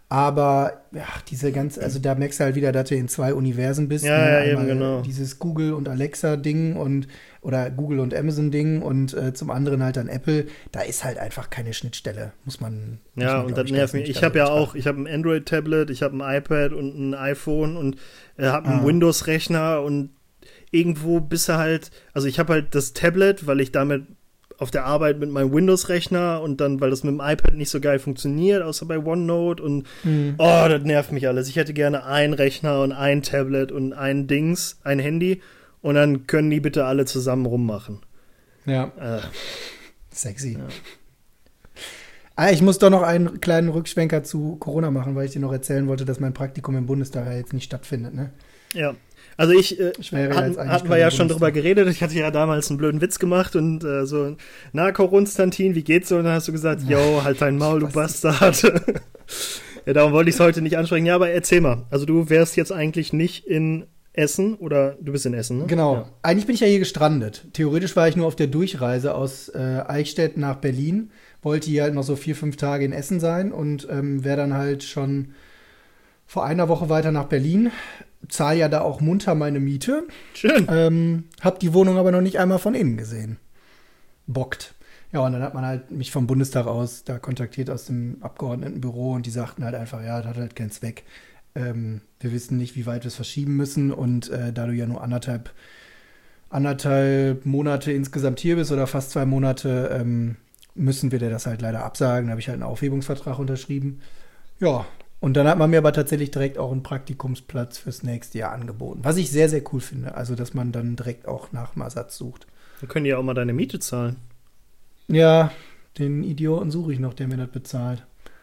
Aber ja, diese ganz, also da merkst du halt wieder, dass du in zwei Universen bist. Ja, ne? ja, eben, Einmal genau. Dieses Google und Alexa-Ding und oder Google und Amazon-Ding und äh, zum anderen halt dann Apple. Da ist halt einfach keine Schnittstelle, muss man. Muss Ja, man, und glaub das nervt ganz mich. Ich nüchtern habe ja betrachten. auch, ich habe ein Android-Tablet, ich habe ein iPad und ein iPhone und äh, habe einen Ah. Windows-Rechner und irgendwo bist du halt, also ich habe halt das Tablet, weil ich damit auf der Arbeit mit meinem Windows-Rechner und dann, weil das mit dem iPad nicht so geil funktioniert, außer bei OneNote und Hm. oh, das nervt mich alles. Ich hätte gerne einen Rechner und ein Tablet und ein Dings, ein Handy und dann können die bitte alle zusammen rummachen. Ja, Äh, sexy. Ja. Ah, ich muss doch noch einen kleinen Rückschwenker zu Corona machen, weil ich dir noch erzählen wollte, dass mein Praktikum im Bundestag ja jetzt nicht stattfindet, ne? ja. Also ich, äh, Ich wäre ja hatten, jetzt eigentlich hatten wir kein ja schon Bundestag. drüber geredet. Ich hatte ja damals einen blöden Witz gemacht und äh, so, na, Konstantin, wie geht's so? Und dann hast du gesagt, yo, halt dein Maul, du Bastard. Ja, darum wollte ich es heute nicht ansprechen. Ja, aber erzähl mal. Also du wärst jetzt eigentlich nicht in Essen oder du bist in Essen, ne? Genau. Ja. Eigentlich bin ich ja hier gestrandet. Theoretisch war ich nur auf der Durchreise aus äh, Eichstätt nach Berlin. Wollte hier halt noch so vier, fünf Tage in Essen sein und ähm, wäre dann halt schon vor einer Woche weiter nach Berlin. Zahle ja da auch munter meine Miete. Schön. Ähm, hab die Wohnung aber noch nicht einmal von innen gesehen. Bockt. Ja, und dann hat man halt mich vom Bundestag aus da kontaktiert aus dem Abgeordnetenbüro und die sagten halt einfach, ja, das hat halt keinen Zweck. Ähm, wir wissen nicht, wie weit wir es verschieben müssen und äh, da du ja nur anderthalb, anderthalb Monate insgesamt hier bist oder fast zwei Monate, ähm, müssen wir dir das halt leider absagen. Da habe ich halt einen Aufhebungsvertrag unterschrieben. Ja, und dann hat man mir aber tatsächlich direkt auch einen Praktikumsplatz fürs nächste Jahr angeboten. Was ich sehr, sehr cool finde. Also, dass man dann direkt auch nach einem Ersatz sucht. Dann können die ja auch mal deine Miete zahlen. Ja, den Idioten suche ich noch, der mir das bezahlt.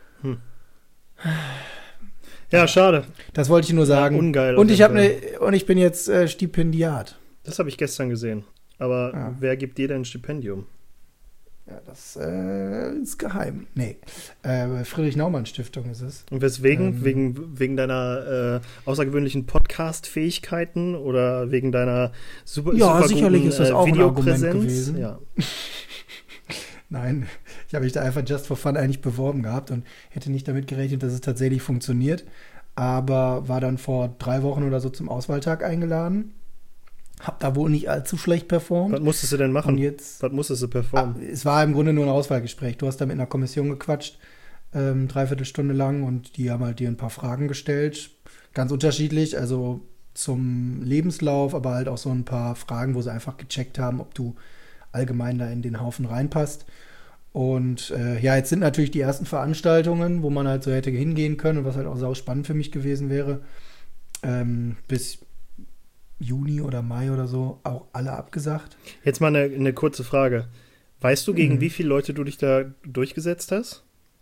Ja, schade. Das wollte ich nur sagen. Ja, ungeil auf und ich jeden habe eine und ich bin jetzt äh, Stipendiat. Das habe ich gestern gesehen. Aber Ja. wer gibt dir denn ein Stipendium? Ja, das äh, ist geheim. Nee. Äh, Friedrich-Naumann-Stiftung ist es. Und weswegen? Ähm. wegen, wegen deiner äh, außergewöhnlichen Podcast-Fähigkeiten oder wegen deiner super, Ja, super sicherlich guten, ist das äh, auch ein Argument Videopräsenz? gewesen. Ja. Nein, ich habe mich da einfach just for fun eigentlich beworben gehabt und hätte nicht damit gerechnet, dass es tatsächlich funktioniert. Aber war dann vor drei Wochen oder so zum Auswahltag eingeladen. Hab da wohl nicht allzu schlecht performt. Was musstest du denn machen? Und jetzt, Was musstest du ah, performen? es war im Grunde nur ein Auswahlgespräch. Du hast da mit einer Kommission gequatscht, ähm, dreiviertel Stunde lang und die haben halt dir ein paar Fragen gestellt. Ganz unterschiedlich, also zum Lebenslauf, aber halt auch so ein paar Fragen, wo sie einfach gecheckt haben, ob du allgemein da in den Haufen reinpasst. Und äh, ja, jetzt sind natürlich die ersten Veranstaltungen, wo man halt so hätte hingehen können und was halt auch sau spannend für mich gewesen wäre, ähm, bis Juni oder Mai oder so, auch alle abgesagt. Jetzt mal eine, eine kurze Frage. Weißt du, gegen Mhm. wie viele Leute du dich da durchgesetzt hast?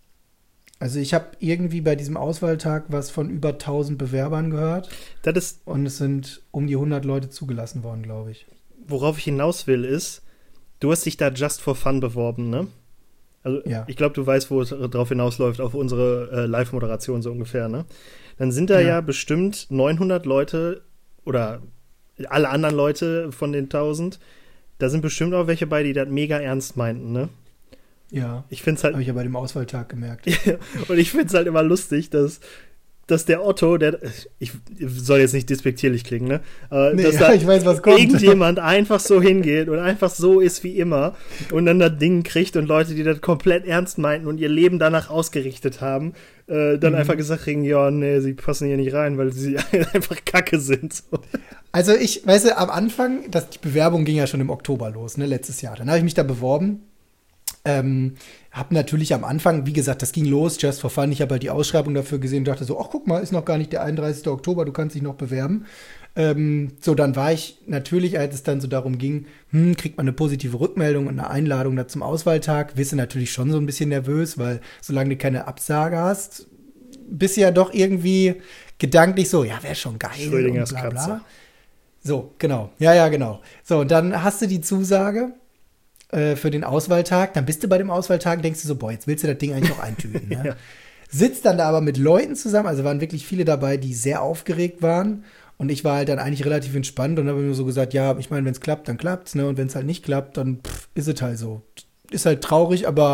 Also ich habe irgendwie bei diesem Auswahltag was von über tausend Bewerbern gehört Das ist, und es sind um die hundert Leute zugelassen worden, glaube ich. worauf ich hinaus will, ist, du hast dich da just for fun beworben, ne? Also Ja. ich glaube, du weißt, wo es drauf hinausläuft, auf unsere äh, Live-Moderation so ungefähr, ne? Dann sind da ja, Ja. bestimmt neunhundert Leute oder alle anderen Leute von den tausend, da sind bestimmt auch welche bei, die das mega ernst meinten, ne? Ja, Ich finde es habe halt, ich ja bei dem Auswahltag gemerkt. und ich finde es halt immer lustig, dass, dass der Otto, der, ich soll jetzt nicht despektierlich klingen, ne? Aber Nee, dass ja, da ich weiß, was kommt. irgendjemand einfach so hingeht und einfach so ist wie immer und dann das Ding kriegt und Leute, die das komplett ernst meinten und ihr Leben danach ausgerichtet haben, äh, dann Mhm. einfach gesagt kriegen, ja, nee, sie passen hier nicht rein, weil sie einfach kacke sind. So. Also ich, weißt du, am Anfang, das, die Bewerbung ging ja schon im Oktober los, ne, letztes Jahr. Dann habe ich mich da beworben. Ähm, hab natürlich am Anfang, wie gesagt, das ging los, just for fun. Ich habe halt die Ausschreibung dafür gesehen und dachte so, ach guck mal, ist noch gar nicht der einunddreißigste Oktober, du kannst dich noch bewerben. Ähm, so, dann war ich natürlich, als es dann so darum ging, hm, kriegt man eine positive Rückmeldung und eine Einladung da zum Auswahltag, bist du natürlich schon so ein bisschen nervös, weil solange du keine Absage hast, bist du ja doch irgendwie gedanklich so, ja, wäre schon geil Schrödingers und bla bla. Katze. So, genau. Ja, ja, genau. So, und dann hast du die Zusage äh, für den Auswahltag. Dann bist du bei dem Auswahltag und denkst du so, boah, jetzt willst du das Ding eigentlich auch eintüten. Ne? Ja. Sitzt dann da aber mit Leuten zusammen, also waren wirklich viele dabei, die sehr aufgeregt waren. Und ich war halt dann eigentlich relativ entspannt und habe mir so gesagt, ja, ich meine, wenn es klappt, dann klappt's, ne? Und wenn es halt nicht klappt, dann pff, ist es halt so. Ist halt traurig, aber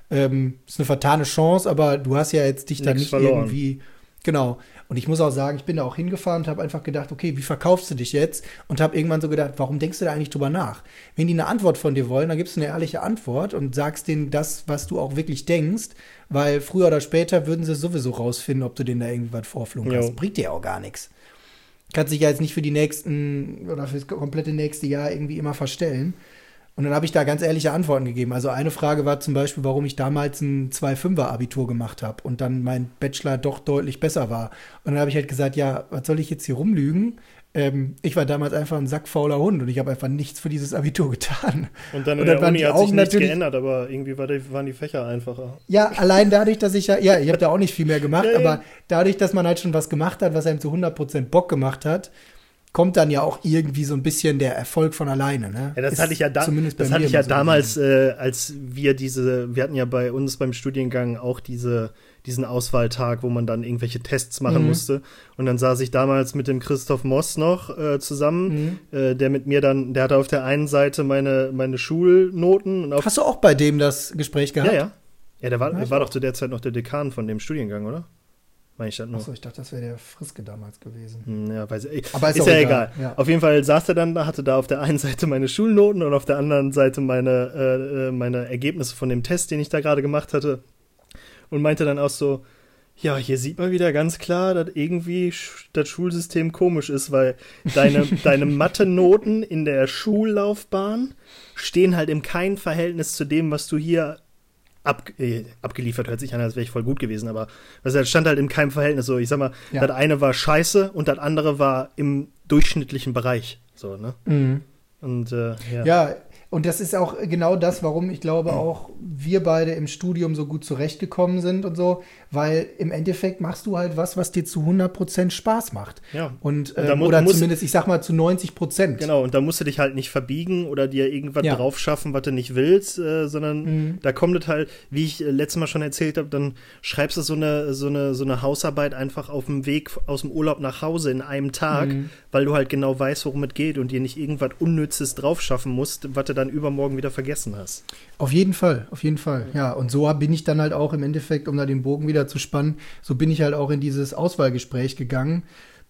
Ähm, ist eine vertane Chance, aber du hast ja jetzt dich da Nix nicht verloren. irgendwie, genau. Und ich muss auch sagen, ich bin da auch hingefahren und habe einfach gedacht, okay, wie verkaufst du dich jetzt? Und habe irgendwann so gedacht, warum denkst du da eigentlich drüber nach? Wenn die eine Antwort von dir wollen, dann gibst du eine ehrliche Antwort und sagst denen das, was du auch wirklich denkst, weil früher oder später würden sie sowieso rausfinden, ob du denen da irgendwie was vorflunken Jo. hast. Bringt dir auch gar nichts. Kannst dich ja jetzt nicht für die nächsten oder für das komplette nächste Jahr irgendwie immer verstellen. Und dann habe ich da ganz ehrliche Antworten gegeben. Also eine Frage war zum Beispiel, warum ich damals ein zwei Komma fünfer Abitur gemacht habe und dann mein Bachelor doch deutlich besser war. Und dann habe ich halt gesagt, ja, was soll ich jetzt hier rumlügen? Ähm, ich war damals einfach ein sackfauler Hund und ich habe einfach nichts für dieses Abitur getan. Und dann in Und der dann waren Uni die hat sich Augen nichts natürlich- geändert, aber irgendwie war die, waren die Fächer einfacher. Ja, allein dadurch, dass ich ja, ja, ich habe da auch nicht viel mehr gemacht, Ja, ja. aber dadurch, dass man halt schon was gemacht hat, was einem zu hundert Prozent Bock gemacht hat, kommt dann ja auch irgendwie so ein bisschen der Erfolg von alleine. Ne? Ja, das Ist hatte ich ja, da, zumindest bei das mir hatte ich ja immer so damals, äh, als wir diese, wir hatten ja bei uns beim Studiengang auch diese, diesen Auswahltag, wo man dann irgendwelche Tests machen Mhm. musste. Und dann saß ich damals mit dem Christoph Moss noch äh, zusammen, äh, der mit mir dann, der hatte auf der einen Seite meine, meine Schulnoten und auf Hast du auch bei dem das Gespräch gehabt? ja, ja. Ja, der war, Ja, der ich war auch. doch zu der Zeit noch der Dekan von dem Studiengang, oder? Meine ich das nur. Achso, ich dachte, das wäre der Friske damals gewesen. Hm, Ja, weiß ich. Aber ist ist auch ja egal, egal. ja. Auf jeden Fall saß er dann da, hatte da auf der einen Seite meine Schulnoten und auf der anderen Seite meine, äh, äh, meine Ergebnisse von dem Test, den ich da gerade gemacht hatte. Und meinte dann auch so, ja, hier sieht man wieder ganz klar, dass irgendwie sch- das Schulsystem komisch ist, weil deine, deine Mathe-Noten in der Schullaufbahn stehen halt im kein Verhältnis zu dem, was du hier ab, äh, abgeliefert, hört sich an, als wäre ich voll gut gewesen, aber also, das stand halt in keinem Verhältnis. So, ich sag mal, Ja. das eine war scheiße und das andere war im durchschnittlichen Bereich. So, ne? Mhm. Und äh, ja. Ja, und das ist auch genau das, warum ich glaube auch wir beide im Studium so gut zurechtgekommen sind und so, weil im Endeffekt machst du halt was, was dir zu hundert Prozent Spaß macht. Ja. Und, Und da ähm, mu- oder muss- zumindest, ich sag mal, zu neunzig Prozent. Genau, und da musst du dich halt nicht verbiegen oder dir irgendwas Ja. drauf schaffen, was du nicht willst, äh, sondern Mhm. da kommt es halt, wie ich äh, letztes Mal schon erzählt habe, dann schreibst du so eine, so, eine, so eine Hausarbeit einfach auf dem Weg aus dem Urlaub nach Hause in einem Tag, Mhm. weil du halt genau weißt, worum es geht und dir nicht irgendwas Unnützes drauf schaffen musst, was du dann übermorgen wieder vergessen hast. Auf jeden Fall, auf jeden Fall. Ja, und so bin ich dann halt auch im Endeffekt, um da den Bogen wieder zu spannen, so bin ich halt auch in dieses Auswahlgespräch gegangen.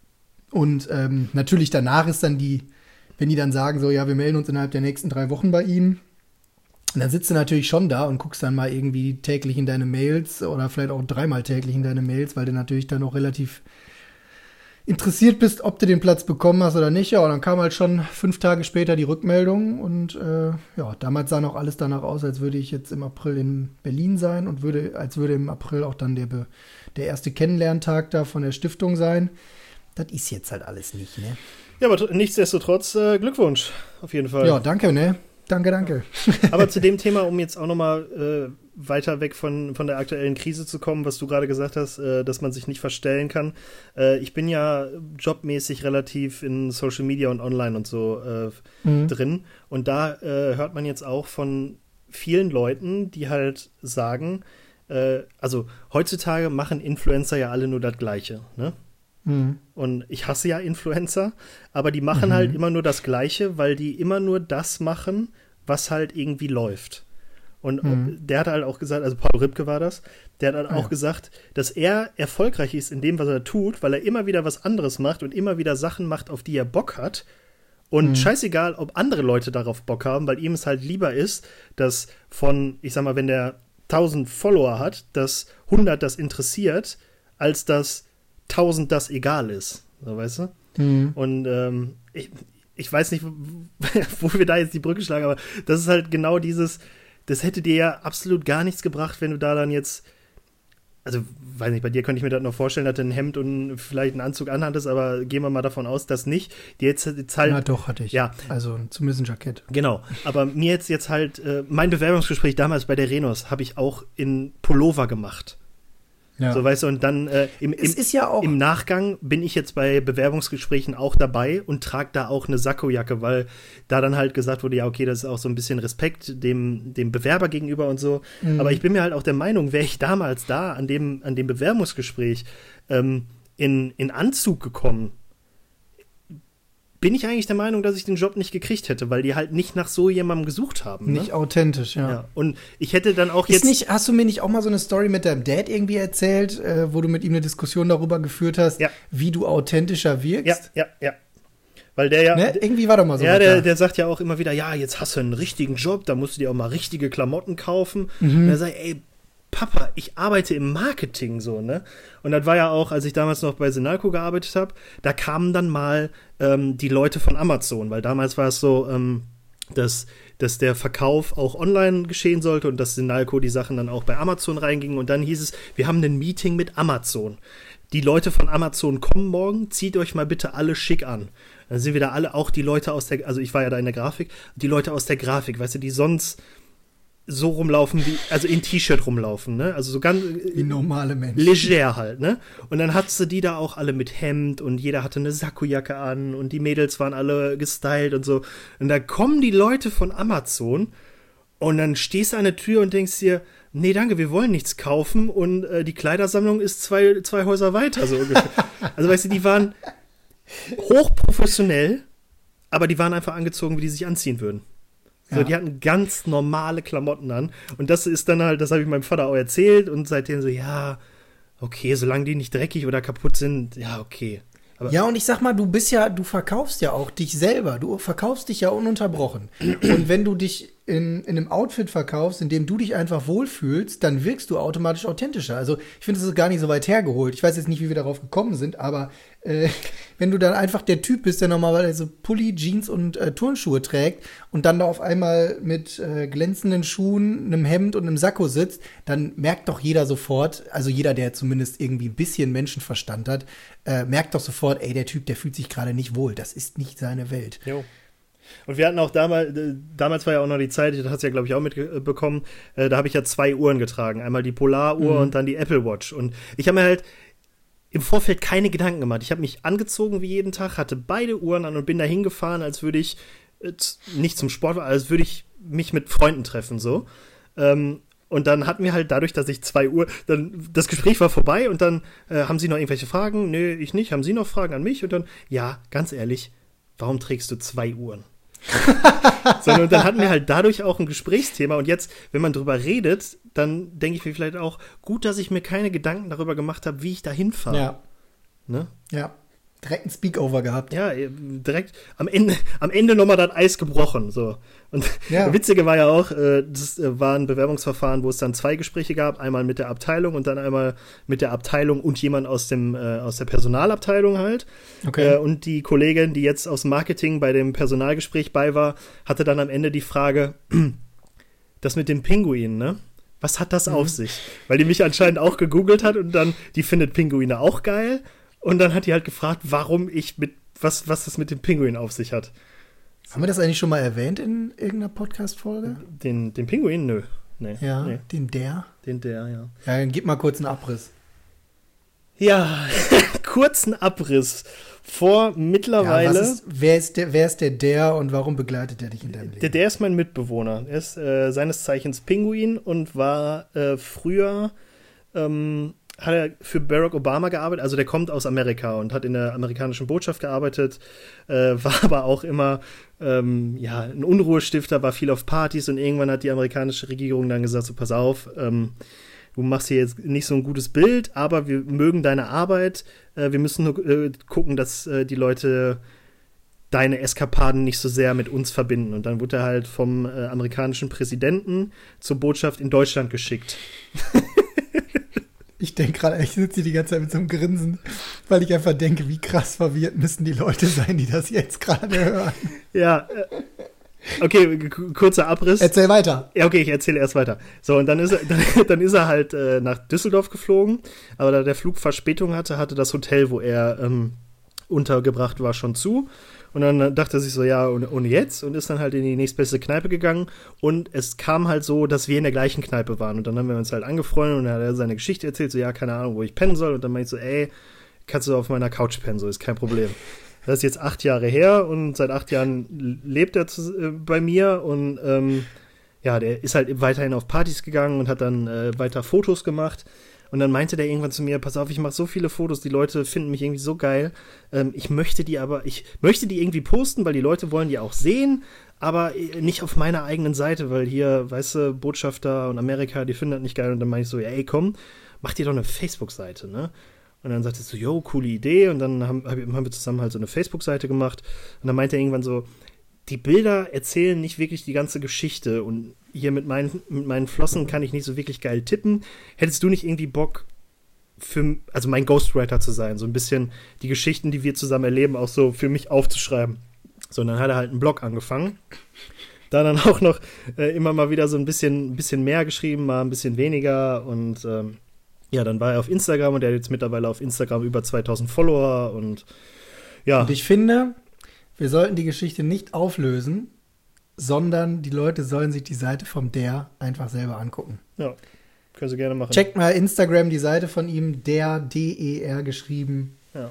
Und ähm, natürlich danach ist dann die, wenn die dann sagen, so, ja, wir melden uns innerhalb der nächsten drei Wochen bei Ihnen, und dann sitzt du natürlich schon da und guckst dann mal irgendwie täglich in deine Mails oder vielleicht auch dreimal täglich in deine Mails, weil du natürlich dann auch relativ interessiert bist, ob du den Platz bekommen hast oder nicht. Ja, und dann kam halt schon fünf Tage später die Rückmeldung und äh, ja, damals sah noch alles danach aus, als würde ich jetzt im April in Berlin sein und würde, als würde im April auch dann der, Be- der erste Kennenlerntag da von der Stiftung sein. Das ist jetzt halt alles nicht, ne? Ja, aber tr- nichtsdestotrotz äh, Glückwunsch, auf jeden Fall. Ja, danke, ne? Danke, danke. Aber zu dem Thema, um jetzt auch nochmal äh, weiter weg von, von der aktuellen Krise zu kommen, was du gerade gesagt hast, äh, dass man sich nicht verstellen kann. Äh, ich bin ja jobmäßig relativ in Social Media und online und so äh, Mhm. drin. Und da äh, hört man jetzt auch von vielen Leuten, die halt sagen, äh, also heutzutage machen Influencer ja alle nur das Gleiche, ne? Mhm. Und ich hasse ja Influencer, aber die machen halt immer nur das Gleiche, weil die immer nur das machen, was halt irgendwie läuft. Und Mhm. der hat halt auch gesagt, also Paul Ripke war das, der hat halt Ah, auch ja. gesagt, dass er erfolgreich ist in dem, was er tut, weil er immer wieder was anderes macht und immer wieder Sachen macht, auf die er Bock hat. Und Mhm. scheißegal, ob andere Leute darauf Bock haben, weil ihm es halt lieber ist, dass von, ich sag mal, wenn der tausend Follower hat, dass hundert das interessiert, als dass tausend das egal ist. So, weißt du? Mhm. Und ähm, ich, ich weiß nicht, wo, wo wir da jetzt die Brücke schlagen, aber das ist halt genau dieses, das hätte dir ja absolut gar nichts gebracht, wenn du da dann jetzt, also weiß nicht, bei dir könnte ich mir das noch vorstellen, dass du ein Hemd und vielleicht einen Anzug anhattest, aber gehen wir mal davon aus, dass nicht. Die jetzt, jetzt halt, Ja, doch, hatte ich. Ja. Also zumindest ein Jackett. Genau, aber mir jetzt jetzt halt, äh, mein Bewerbungsgespräch damals bei der Renos habe ich auch in Pullover gemacht. Ja. So, weißt du, und dann äh, im, im, Es ist ja auch- im Nachgang bin ich jetzt bei Bewerbungsgesprächen auch dabei und trage da auch eine Sakkojacke, weil da dann halt gesagt wurde, ja, okay, das ist auch so ein bisschen Respekt dem, dem Bewerber gegenüber und so. Mhm. Aber ich bin mir halt auch der Meinung, wäre ich damals da an dem, an dem Bewerbungsgespräch ähm, in, in Anzug gekommen, bin ich eigentlich der Meinung, dass ich den Job nicht gekriegt hätte, weil die halt nicht nach so jemandem gesucht haben. Ne? Nicht authentisch, ja. ja. Und ich hätte dann auch Ist jetzt. Nicht, hast du mir nicht auch mal so eine Story mit deinem Dad irgendwie erzählt, äh, wo du mit ihm eine Diskussion darüber geführt hast, ja. wie du authentischer wirkst? Ja, ja, ja. Weil der ja. Ne? Irgendwie war doch mal so. Ja, der, der sagt ja auch immer wieder, ja, jetzt hast du einen richtigen Job, da musst du dir auch mal richtige Klamotten kaufen. Mhm. Und er sagt, ey, Papa, ich arbeite im Marketing so, ne? Und das war ja auch, als ich damals noch bei Sinalco gearbeitet habe, da kamen dann mal ähm, die Leute von Amazon, weil damals war es so, ähm, dass, dass der Verkauf auch online geschehen sollte und dass Sinalco die Sachen dann auch bei Amazon reingingen und dann hieß es, wir haben ein Meeting mit Amazon. Die Leute von Amazon kommen morgen, zieht euch mal bitte alle schick an. Dann sind wir da alle, auch die Leute aus der, also ich war ja da in der Grafik, die Leute aus der Grafik, weißt du, die sonst so rumlaufen, wie, also in T-Shirt rumlaufen, ne? Also so ganz wie normale Menschen. Leger halt, ne? Und dann hattest du die da auch alle mit Hemd und jeder hatte eine Sakkojacke an und die Mädels waren alle gestylt und so. Und da kommen die Leute von Amazon und dann stehst du an der Tür und denkst dir, nee, danke, wir wollen nichts kaufen und äh, die Kleidersammlung ist zwei, zwei Häuser weiter, so ungefähr. Also weißt du, die waren hochprofessionell, aber die waren einfach angezogen, wie die sich anziehen würden. So, ja. Die hatten ganz normale Klamotten an. Und das ist dann halt, das habe ich meinem Vater auch erzählt. Und seitdem so, ja, okay, solange die nicht dreckig oder kaputt sind, ja, okay. Aber ja, und ich sag mal, du bist ja, du verkaufst ja auch dich selber. Du verkaufst dich ja ununterbrochen. Und wenn du dich in, in einem Outfit verkaufst, in dem du dich einfach wohlfühlst, dann wirkst du automatisch authentischer. Also ich finde, das ist gar nicht so weit hergeholt. Ich weiß jetzt nicht, wie wir darauf gekommen sind, aber äh, wenn du dann einfach der Typ bist, der normalerweise Pulli, Jeans und äh, Turnschuhe trägt und dann da auf einmal mit äh, glänzenden Schuhen, einem Hemd und einem Sakko sitzt, dann merkt doch jeder sofort, also jeder, der zumindest irgendwie ein bisschen Menschenverstand hat, äh, merkt doch sofort, ey, der Typ, der fühlt sich gerade nicht wohl. Das ist nicht seine Welt. Jo. Und wir hatten auch damals, damals war ja auch noch die Zeit, das hast du ja, glaube ich, auch mitbekommen, äh, da habe ich ja zwei Uhren getragen. Einmal die Polaruhr mhm. und dann die Apple Watch. Und ich habe mir halt im Vorfeld keine Gedanken gemacht. Ich habe mich angezogen wie jeden Tag, hatte beide Uhren an und bin da hingefahren, als würde ich, äh, nicht zum Sport, als würde ich mich mit Freunden treffen, so. Ähm, und dann hatten wir halt dadurch, dass ich zwei Uhr, dann das Gespräch war vorbei und dann äh, haben sie noch irgendwelche Fragen? Nö, ich nicht. Haben sie noch Fragen an mich? Und dann, ja, ganz ehrlich, warum trägst du zwei Uhren? Sondern und dann hatten wir halt dadurch auch ein Gesprächsthema und jetzt, wenn man drüber redet, dann denke ich mir vielleicht auch, gut, dass ich mir keine Gedanken darüber gemacht habe, wie ich da hinfahre. Ja. Ne? Ja. Direkt ein Speakover gehabt. Ja, direkt am Ende, am Ende nochmal das Eis gebrochen. So. Und ja. Das Witzige war ja auch, das war ein Bewerbungsverfahren, wo es dann zwei Gespräche gab, einmal mit der Abteilung und dann einmal mit der Abteilung und jemand aus dem aus der Personalabteilung halt. Okay. Und die Kollegin, die jetzt aus Marketing bei dem Personalgespräch bei war, hatte dann am Ende die Frage, das mit dem Pinguin, ne? Was hat das mhm. auf sich? Weil die mich anscheinend auch gegoogelt hat und dann, die findet Pinguine auch geil. Und dann hat die halt gefragt, warum ich mit, was, was das mit dem Pinguin auf sich hat. Haben wir das eigentlich schon mal erwähnt in irgendeiner Podcast-Folge? Den, den Pinguin? Nö. Nee, ja, nee. den der? Den der, ja. Ja, dann gib mal kurz einen Abriss. Ja, kurzen Abriss. Vor mittlerweile. Ja, was ist, wer, ist der, wer ist der der und warum begleitet er dich in deinem Leben? Der, der ist mein Mitbewohner. Er ist äh, seines Zeichens Pinguin und war äh, früher ähm, hat er für Barack Obama gearbeitet, also der kommt aus Amerika und hat in der amerikanischen Botschaft gearbeitet, äh, war aber auch immer ähm, ja, ein Unruhestifter, war viel auf Partys und irgendwann hat die amerikanische Regierung dann gesagt, so pass auf, ähm, du machst hier jetzt nicht so ein gutes Bild, aber wir mögen deine Arbeit, äh, wir müssen nur äh, gucken, dass äh, die Leute deine Eskapaden nicht so sehr mit uns verbinden. Und dann wurde er halt vom äh, amerikanischen Präsidenten zur Botschaft in Deutschland geschickt. Ich denke gerade, ich sitze hier die ganze Zeit mit so einem Grinsen, weil ich einfach denke, wie krass verwirrt müssen die Leute sein, die das jetzt gerade hören. Ja, äh, okay, k- kurzer Abriss. Erzähl weiter. Ja, okay, ich erzähle erst weiter. So, und dann ist er, dann, dann ist er halt äh, nach Düsseldorf geflogen, aber da der Flug Verspätung hatte, hatte das Hotel, wo er ähm, untergebracht war, schon zu. Und dann dachte er sich so, ja, und, und jetzt? Und ist dann halt in die nächstbeste Kneipe gegangen. Und es kam halt so, dass wir in der gleichen Kneipe waren. Und dann haben wir uns halt angefreundet und dann hat er seine Geschichte erzählt, so, ja, keine Ahnung, wo ich pennen soll. Und dann meinte ich so, ey, kannst du auf meiner Couch pennen, so, ist kein Problem. Das ist jetzt acht Jahre her und seit acht Jahren lebt er zu, äh, bei mir und ähm, ja, der ist halt weiterhin auf Partys gegangen und hat dann äh, weiter Fotos gemacht. Und dann meinte der irgendwann zu mir, pass auf, ich mache so viele Fotos, die Leute finden mich irgendwie so geil. Ähm, ich möchte die aber, ich möchte die irgendwie posten, weil die Leute wollen die auch sehen, aber nicht auf meiner eigenen Seite, weil hier, weißt du, Botschafter und Amerika, die finden das nicht geil. Und dann meinte ich so, ja, ey, komm, mach dir doch eine Facebook-Seite, ne? Und dann sagte er so, yo, coole Idee. Und dann haben, haben wir zusammen halt so eine Facebook-Seite gemacht. Und dann meinte er irgendwann so, die Bilder erzählen nicht wirklich die ganze Geschichte. Und hier mit meinen, mit meinen Flossen kann ich nicht so wirklich geil tippen. Hättest du nicht irgendwie Bock, für, also mein Ghostwriter zu sein? So ein bisschen die Geschichten, die wir zusammen erleben, auch so für mich aufzuschreiben. So, und dann hat er halt einen Blog angefangen. Da dann auch noch äh, immer mal wieder so ein bisschen, ein bisschen mehr geschrieben, mal ein bisschen weniger. Und ähm, ja, dann war er auf Instagram und er hat jetzt mittlerweile auf Instagram über zweitausend Follower. Und ja. Und ich finde, wir sollten die Geschichte nicht auflösen, sondern die Leute sollen sich die Seite vom Der einfach selber angucken. Ja, können sie gerne machen. Checkt mal Instagram die Seite von ihm, der, D E R geschrieben. Ja.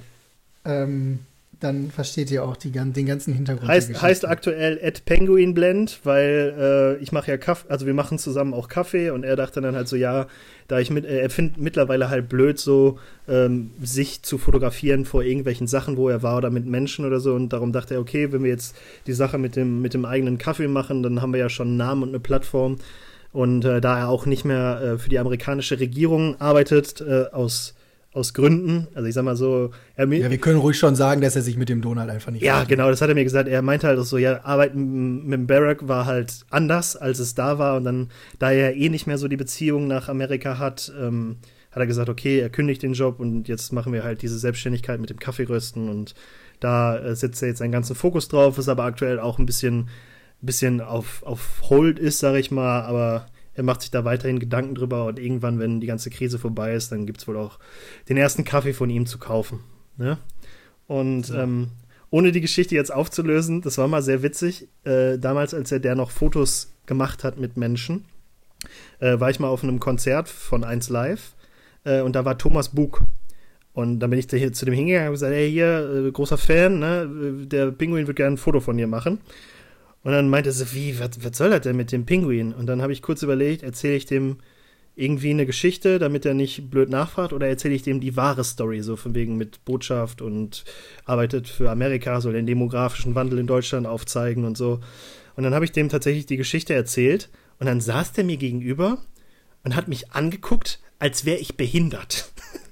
Ähm, dann versteht ihr auch die, den ganzen Hintergrund. Heißt, heißt aktuell at penguinblend, weil äh, ich mache ja Kaffee, also wir machen zusammen auch Kaffee und er dachte dann halt so, ja, da ich mit, äh, er findet mittlerweile halt blöd so, ähm, sich zu fotografieren vor irgendwelchen Sachen, wo er war oder mit Menschen oder so und darum dachte er, okay, wenn wir jetzt die Sache mit dem, mit dem eigenen Kaffee machen, dann haben wir ja schon einen Namen und eine Plattform und äh, da er auch nicht mehr äh, für die amerikanische Regierung arbeitet, äh, aus Aus Gründen, also ich sag mal so. Er, ja, wir können ruhig schon sagen, dass er sich mit dem Donald einfach nicht. Ja, versteht. genau, das hat er mir gesagt. Er meinte halt auch so, ja, Arbeiten mit dem Barack war halt anders, als es da war. Und dann, da er eh nicht mehr so die Beziehung nach Amerika hat, ähm, hat er gesagt, okay, er kündigt den Job und jetzt machen wir halt diese Selbstständigkeit mit dem Kaffeerösten. Und da äh, setzt er jetzt seinen ganzen Fokus drauf, was aber aktuell auch ein bisschen, bisschen auf, auf Hold ist, sag ich mal, aber er macht sich da weiterhin Gedanken drüber und irgendwann, wenn die ganze Krise vorbei ist, dann gibt es wohl auch den ersten Kaffee von ihm zu kaufen. Ne? Und ja. ähm, ohne die Geschichte jetzt aufzulösen, das war mal sehr witzig, äh, damals, als er der noch Fotos gemacht hat mit Menschen, äh, war ich mal auf einem Konzert von eins Live äh, und da war Thomas Bug. Und dann bin ich da hier zu dem hingegangen und gesagt, hey, hier, äh, großer Fan, ne? Der Pinguin wird gerne ein Foto von dir machen. Und dann meinte er so, wie, was, was soll das denn mit dem Pinguin? Und dann habe ich kurz überlegt, erzähle ich dem irgendwie eine Geschichte, damit er nicht blöd nachfragt, oder erzähle ich dem die wahre Story, so von wegen mit Botschaft und arbeitet für Amerika, soll den demografischen Wandel in Deutschland aufzeigen und so. Und dann habe ich dem tatsächlich die Geschichte erzählt und dann saß der mir gegenüber und hat mich angeguckt, als wäre ich behindert.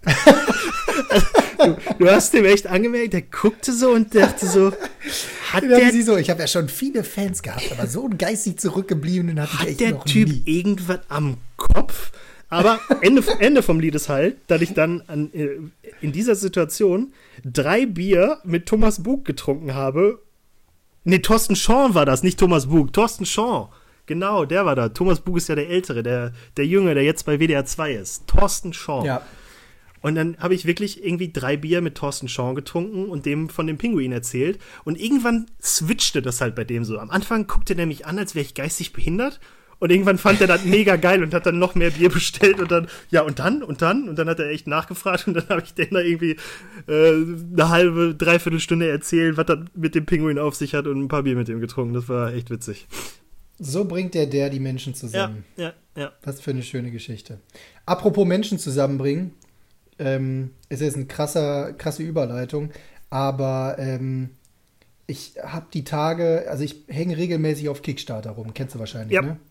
Also, du, du hast dem echt angemerkt, der guckte so und dachte so, hat der, sie so, ich habe ja schon viele Fans gehabt, aber so einen geistig zurückgebliebenen hatte ich echt der noch Typ nie. irgendwas am Kopf? Aber Ende, Ende vom Lied ist halt, dass ich dann an, in dieser Situation drei Bier mit Thomas Bug getrunken habe. Nee, Thorsten Schorn war das, nicht Thomas Bug, Thorsten Schorn. Genau, der war da. Thomas Bug ist ja der Ältere, der, der Junge, der jetzt bei W D R zwei ist. Thorsten Schorn. Ja. Und dann habe ich wirklich irgendwie drei Bier mit Thorsten Schorn getrunken und dem von dem Pinguin erzählt. Und irgendwann switchte das halt bei dem so. Am Anfang guckte der mich an, als wäre ich geistig behindert. Und irgendwann fand er das mega geil und hat dann noch mehr Bier bestellt. Und dann, ja, und dann, und dann. Und dann hat er echt nachgefragt. Und dann habe ich den da irgendwie äh, eine halbe, dreiviertel Stunde erzählt, was das mit dem Pinguin auf sich hat und ein paar Bier mit ihm getrunken. Das war echt witzig. So bringt der der die Menschen zusammen. Ja, ja, ja. Was für eine schöne Geschichte. Apropos Menschen zusammenbringen. Ähm, ist jetzt eine krasser, krasse Überleitung, aber ähm, ich habe die Tage, also ich hänge regelmäßig auf Kickstarter rum, kennst du wahrscheinlich, ja. ne?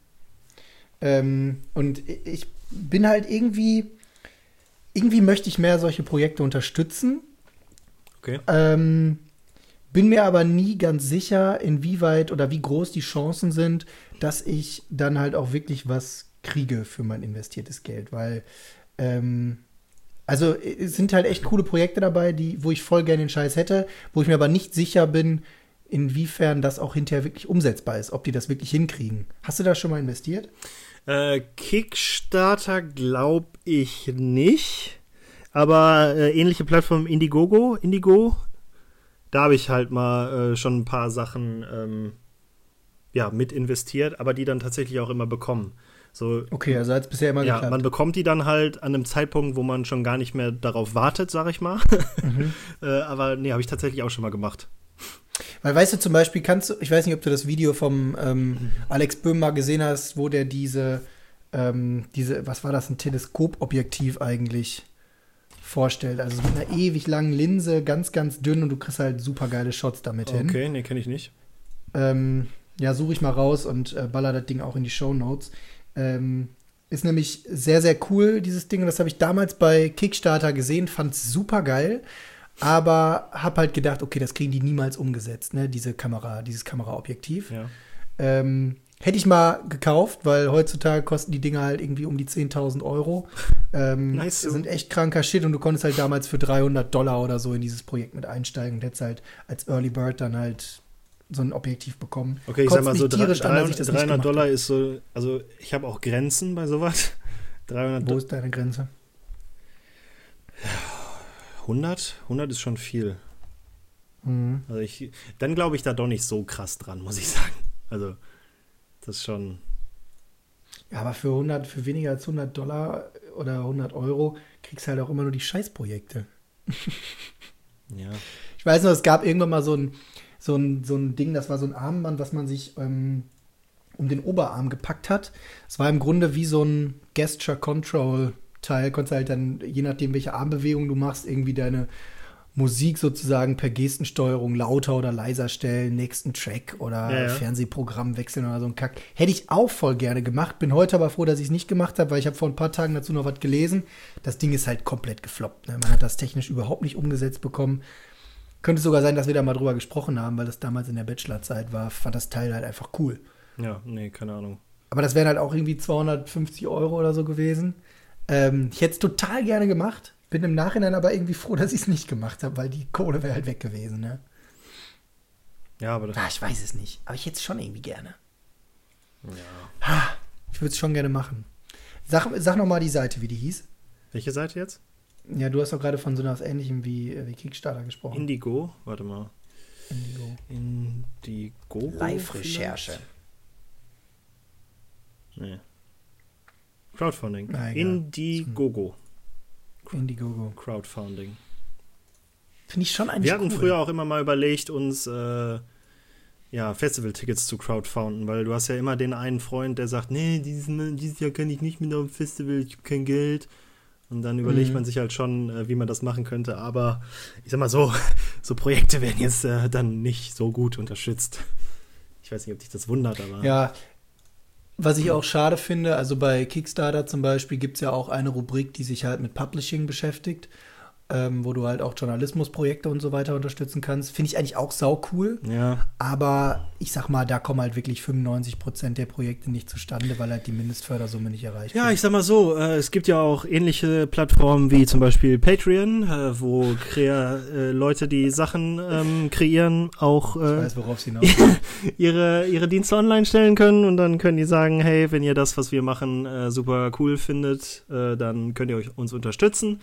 Ähm, und ich bin halt irgendwie, irgendwie möchte ich mehr solche Projekte unterstützen. Okay. Ähm, bin mir aber nie ganz sicher, inwieweit oder wie groß die Chancen sind, dass ich dann halt auch wirklich was kriege für mein investiertes Geld, weil ähm, also es sind halt echt coole Projekte dabei, die, wo ich voll gerne den Scheiß hätte, wo ich mir aber nicht sicher bin, inwiefern das auch hinterher wirklich umsetzbar ist, ob die das wirklich hinkriegen. Hast du da schon mal investiert? Äh, Kickstarter glaube ich nicht, aber äh, ähnliche Plattform Indiegogo, Indigo, da habe ich halt mal äh, schon ein paar Sachen ähm, ja, mit investiert, aber die dann tatsächlich auch immer bekommen. So, okay, also hat es bisher immer ja, geklappt. Man bekommt die dann halt an einem Zeitpunkt, wo man schon gar nicht mehr darauf wartet, sag ich mal. Mhm. äh, aber nee, habe ich tatsächlich auch schon mal gemacht. Weil, weißt du, zum Beispiel kannst du, ich weiß nicht, ob du das Video vom ähm, Alex Böhm mal gesehen hast, wo der diese, ähm, diese, was war das, ein Teleskopobjektiv eigentlich vorstellt. Also mit einer ewig langen Linse, ganz, ganz dünn und du kriegst halt super geile Shots damit hin. Okay, nee, kenne ich nicht. Ähm, ja, suche ich mal raus und äh, baller das Ding auch in die Shownotes. Ähm, ist nämlich sehr, sehr cool, dieses Ding. Und das habe ich damals bei Kickstarter gesehen, fand es super geil. Aber habe halt gedacht, okay, das kriegen die niemals umgesetzt, ne? Diese Kamera, dieses Kameraobjektiv. Ja. Ähm, hätte ich mal gekauft, weil heutzutage kosten die Dinger halt irgendwie um die zehntausend Euro. Ähm, Nice. Sind echt kranker Shit und du konntest halt damals für dreihundert Dollar oder so in dieses Projekt mit einsteigen und hättest halt als Early Bird dann halt so ein Objektiv bekommen. Okay, ich Kotzt sag mal so, mich tierisch an, dass ich das nicht dreihundert gemacht Dollar hab. ist so, also ich habe auch Grenzen bei sowas. dreihundert Wo ist deine Grenze? hundert? hundert ist schon viel. Mhm. Also ich, dann glaube ich da doch nicht so krass dran, muss ich sagen. Also, das ist schon. Ja, aber für hundert, für weniger als hundert Dollar oder hundert Euro kriegst du halt auch immer nur die Scheißprojekte. Ja. Ich weiß noch, es gab irgendwann mal so ein, so ein, so ein Ding, das war so ein Armband, was man sich ähm, um den Oberarm gepackt hat. Es war im Grunde wie so ein Gesture Control Teil. Konntest halt dann, je nachdem, welche Armbewegung du machst, irgendwie deine Musik sozusagen per Gestensteuerung lauter oder leiser stellen, nächsten Track oder ja, ja. Fernsehprogramm wechseln oder so ein Kack. Hätte ich auch voll gerne gemacht. Bin heute aber froh, dass ich es nicht gemacht habe, weil ich habe vor ein paar Tagen dazu noch was gelesen. Das Ding ist halt komplett gefloppt. Ne? Man hat das technisch überhaupt nicht umgesetzt bekommen. Könnte sogar sein, dass wir da mal drüber gesprochen haben, weil das damals in der Bachelorzeit war. Fand das Teil halt einfach cool. Ja, nee, keine Ahnung. Aber das wären halt auch irgendwie zweihundertfünfzig Euro oder so gewesen. Ähm, ich hätte es total gerne gemacht. Bin im Nachhinein aber irgendwie froh, dass ich es nicht gemacht habe, weil die Kohle wäre halt weg gewesen. Ne? Ja, aber das. Ah, ich weiß es nicht. Aber ich hätte es schon irgendwie gerne. Ja. Ich würde es schon gerne machen. Sag, sag noch mal die Seite, wie die hieß. Welche Seite jetzt? Ja, du hast doch gerade von so etwas Ähnlichem wie, wie Kickstarter gesprochen. Indigo? Warte mal. Indigo. Indigo? Live-Recherche. Nee. Crowdfunding. Na, egal. Indiegogo. Indiegogo. Crowdfunding. Finde ich schon eigentlich Wir hatten cool. früher auch immer mal überlegt, uns äh, ja, Festival-Tickets zu crowdfunden, weil du hast ja immer den einen Freund, der sagt, nee, dieses, dieses Jahr kann ich nicht mit auf dem Festival, ich habe kein Geld. Und dann überlegt Mhm. man sich halt schon, äh, wie man das machen könnte. Aber ich sag mal so, so Projekte werden jetzt äh, dann nicht so gut unterstützt. Ich weiß nicht, ob dich das wundert, aber... Ja, was ich auch schade finde, also bei Kickstarter zum Beispiel gibt es ja auch eine Rubrik, die sich halt mit Publishing beschäftigt, ähm, wo du halt auch Journalismusprojekte und so weiter unterstützen kannst. Finde ich eigentlich auch sau cool. Ja, Aber ich sag mal, da kommen halt wirklich fünfundneunzig Prozent der Projekte nicht zustande, weil halt die Mindestfördersumme nicht erreicht ja, wird. ich sag mal so, äh, es gibt ja auch ähnliche Plattformen wie zum Beispiel Patreon, äh, wo krea äh, Leute, die Sachen ähm, kreieren, auch Ich äh, weiß, worauf es hinausgeht. ihre, ihre Dienste online stellen können und dann können die sagen, hey, wenn ihr das, was wir machen, äh, super cool findet, äh, dann könnt ihr euch, uns unterstützen.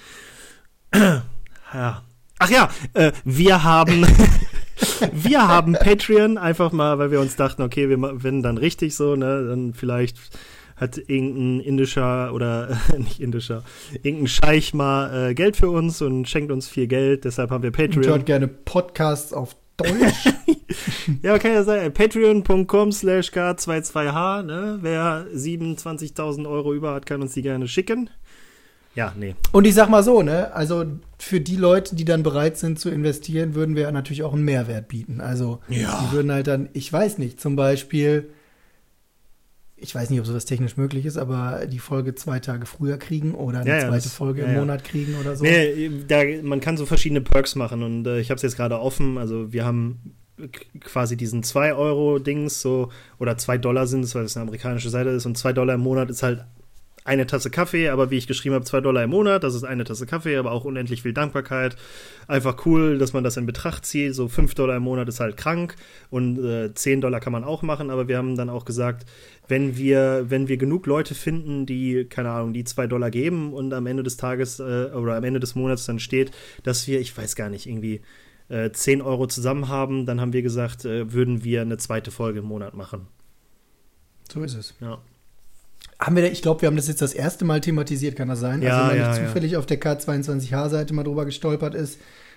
Ja. Ach ja, äh, wir haben wir haben Patreon einfach mal, weil wir uns dachten, okay, wir ma- wenn dann richtig so, ne, dann vielleicht hat irgendein indischer oder äh, nicht indischer, irgendein Scheich mal äh, Geld für uns und schenkt uns viel Geld, deshalb haben wir Ich höre Patreon. gerne Podcasts auf Deutsch. Ja, kann ja sein, patreon.com slash k zweiundzwanzig h, ne, wer siebenundzwanzigtausend Euro über hat, kann uns die gerne schicken. Ja, nee. Und ich sag mal so, ne, also für die Leute, die dann bereit sind zu investieren, würden wir natürlich auch einen Mehrwert bieten. Also Ja. die würden halt dann, ich weiß nicht, zum Beispiel, ich weiß nicht, ob sowas technisch möglich ist, aber die Folge zwei Tage früher kriegen oder eine Ja, ja, zweite das- Folge ja, im ja. Monat kriegen oder so. Nee, da, man kann so verschiedene Perks machen und äh, ich habe es jetzt gerade offen. Also wir haben k- quasi diesen zwei Euro Dings so oder zwei Dollar sind es, weil es eine amerikanische Seite ist und zwei Dollar im Monat ist halt eine Tasse Kaffee, aber wie ich geschrieben habe, zwei Dollar im Monat, das ist eine Tasse Kaffee, aber auch unendlich viel Dankbarkeit. Einfach cool, dass man das in Betracht zieht. So fünf Dollar im Monat ist halt krank und äh, zehn Dollar kann man auch machen, aber wir haben dann auch gesagt, wenn wir, wenn wir genug Leute finden, die, keine Ahnung, die zwei Dollar geben und am Ende des Tages äh, oder am Ende des Monats dann steht, dass wir, ich weiß gar nicht, irgendwie äh, zehn Euro zusammen haben, dann haben wir gesagt, äh, würden wir eine zweite Folge im Monat machen. So ist es. Ja. Haben wir, ich glaube, wir haben das jetzt das erste Mal thematisiert, kann das sein? Ja, also wenn ja, ich ja. zufällig auf der K zweiundzwanzig H-Seite mal drüber gestolpert ist,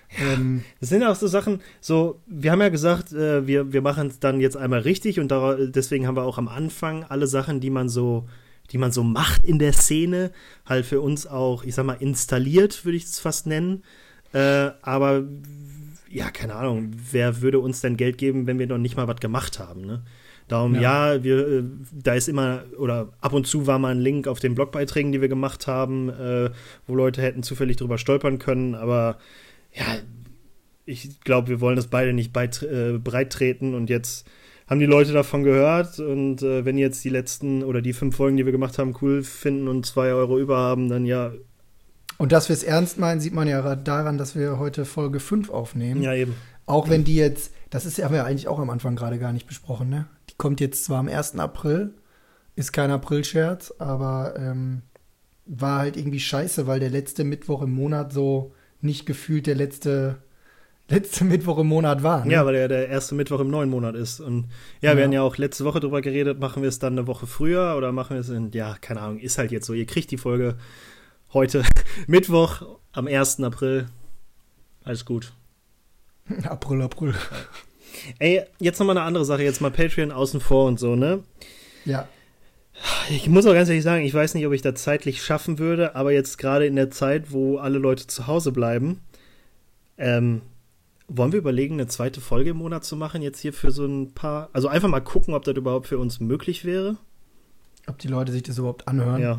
Ähm, Das sind auch so Sachen, so, wir haben ja gesagt, äh, wir, wir machen es dann jetzt einmal richtig und da, deswegen haben wir auch am Anfang alle Sachen, die man so, die man so macht in der Szene, halt für uns auch, ich sag mal, installiert, würde ich es fast nennen. Äh, aber ja, keine Ahnung, wer würde uns denn Geld geben, wenn wir noch nicht mal was gemacht haben, ne? Darum, ja, ja wir, äh, da ist immer, oder ab und zu war mal ein Link auf den Blogbeiträgen, die wir gemacht haben, äh, wo Leute hätten zufällig drüber stolpern können, aber ja, ich glaube, wir wollen das beide nicht beit, äh, breit treten und jetzt haben die Leute davon gehört und äh, wenn jetzt die letzten oder die fünf Folgen, die wir gemacht haben, cool finden und zwei Euro über haben, dann ja. Und dass wir es ernst meinen, sieht man ja daran, dass wir heute Folge fünf aufnehmen. Ja, eben. Auch wenn die jetzt, das ist, haben wir ja eigentlich auch am Anfang gerade gar nicht besprochen, ne? Die kommt jetzt zwar am ersten April, ist kein Aprilscherz, aber ähm, war halt irgendwie scheiße, weil der letzte Mittwoch im Monat so nicht gefühlt der letzte, letzte Mittwoch im Monat war. Ne? Ja, weil der der erste Mittwoch im neuen Monat ist. Und ja, ja, wir haben ja auch letzte Woche drüber geredet, machen wir es dann eine Woche früher oder machen wir es in, ja, keine Ahnung, ist halt jetzt so. Ihr kriegt die Folge heute Mittwoch am ersten April. Alles gut. April, April. Ey, jetzt noch mal eine andere Sache, jetzt mal Patreon außen vor und so, ne? Ja. Ich muss auch ganz ehrlich sagen, ich weiß nicht, ob ich das zeitlich schaffen würde, aber jetzt gerade in der Zeit, wo alle Leute zu Hause bleiben, ähm, wollen wir überlegen, eine zweite Folge im Monat zu machen, jetzt hier für so ein paar, also einfach mal gucken, ob das überhaupt für uns möglich wäre. Ob die Leute sich das überhaupt anhören? Ja.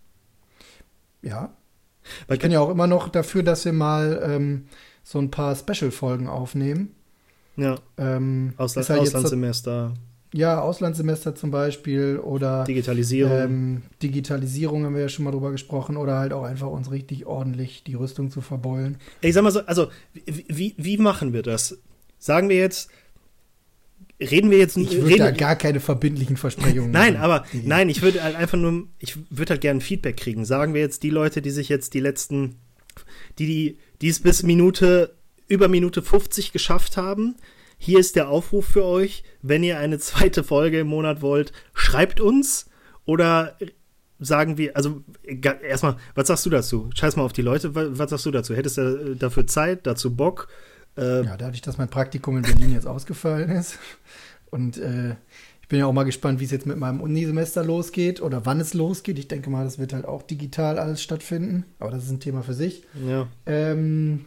Ja. Weil Ich bin ja auch immer noch dafür, dass wir mal ähm, so ein paar Special-Folgen aufnehmen. Ja, Ähm, Ausland, ist halt jetzt- Auslandssemester, Ja, Auslandssemester zum Beispiel oder Digitalisierung. ähm, Digitalisierung haben wir ja schon mal drüber gesprochen oder halt auch einfach uns richtig ordentlich die Rüstung zu verbeulen. Ich sag mal so, also, wie, wie, wie machen wir das? Sagen wir jetzt, reden wir jetzt, Ich würde reden, da gar keine verbindlichen Versprechungen Nein, machen. aber Die- nein, ich würde halt einfach nur, ich würde halt gerne Feedback kriegen. Sagen wir jetzt die Leute, die sich jetzt die letzten, die, die, die es bis Minute, über Minute fünfzig geschafft haben. Hier ist der Aufruf für euch. Wenn ihr eine zweite Folge im Monat wollt, schreibt uns oder sagen wir, also ga- erstmal, was sagst du dazu? Scheiß mal auf die Leute, was, was sagst du dazu? Hättest du dafür Zeit, dazu Bock? Äh, Ja, dadurch, dass mein Praktikum in Berlin jetzt ausgefallen ist und äh, ich bin ja auch mal gespannt, wie es jetzt mit meinem Unisemester losgeht oder wann es losgeht. Ich denke mal, das wird halt auch digital alles stattfinden, aber das ist ein Thema für sich. ja. Ähm,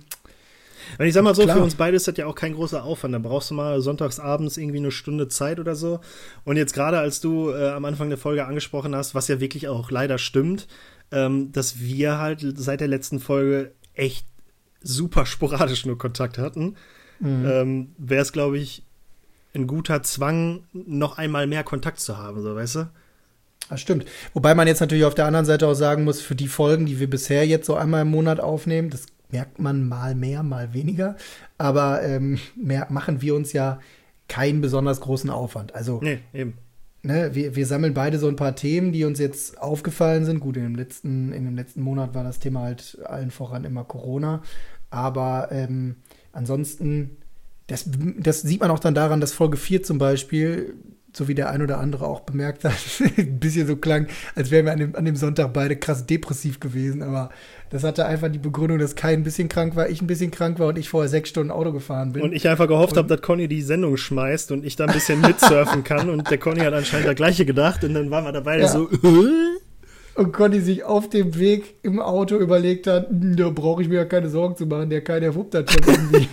Und ich sag mal so, Klar. für uns beide ist das ja auch kein großer Aufwand. Da brauchst du mal sonntagsabends irgendwie eine Stunde Zeit oder so. Und jetzt gerade, als du äh, am Anfang der Folge angesprochen hast, was ja wirklich auch leider stimmt, ähm, dass wir halt seit der letzten Folge echt super sporadisch nur Kontakt hatten, Mhm. ähm, wäre es, glaube ich, ein guter Zwang, noch einmal mehr Kontakt zu haben, so, weißt du? Das stimmt. Wobei man jetzt natürlich auf der anderen Seite auch sagen muss, für die Folgen, die wir bisher jetzt so einmal im Monat aufnehmen, das merkt man mal mehr, mal weniger, aber ähm, mehr machen wir uns ja keinen besonders großen Aufwand. Also Nee, eben. ne, wir, wir sammeln beide so ein paar Themen, die uns jetzt aufgefallen sind. Gut, in dem letzten, in dem letzten Monat war das Thema halt allen voran immer Corona. Aber ähm, ansonsten, das, das sieht man auch dann daran, dass Folge vier zum Beispiel, so wie der ein oder andere auch bemerkt hat, ein bisschen so klang, als wären wir an dem, an dem Sonntag beide krass depressiv gewesen. Aber das hatte einfach die Begründung, dass Kai ein bisschen krank war, ich ein bisschen krank war und ich vorher sechs Stunden Auto gefahren bin. Und ich einfach gehofft Und- habe, dass Conny die Sendung schmeißt und ich da ein bisschen mitsurfen kann. Und der Conny hat anscheinend das Gleiche gedacht. Und dann waren wir dabei Ja. so, äh? Und Conny sich auf dem Weg im Auto überlegt hat, "Hm, da brauche ich mir ja keine Sorgen zu machen, der Kai, der wuppt das schon irgendwie."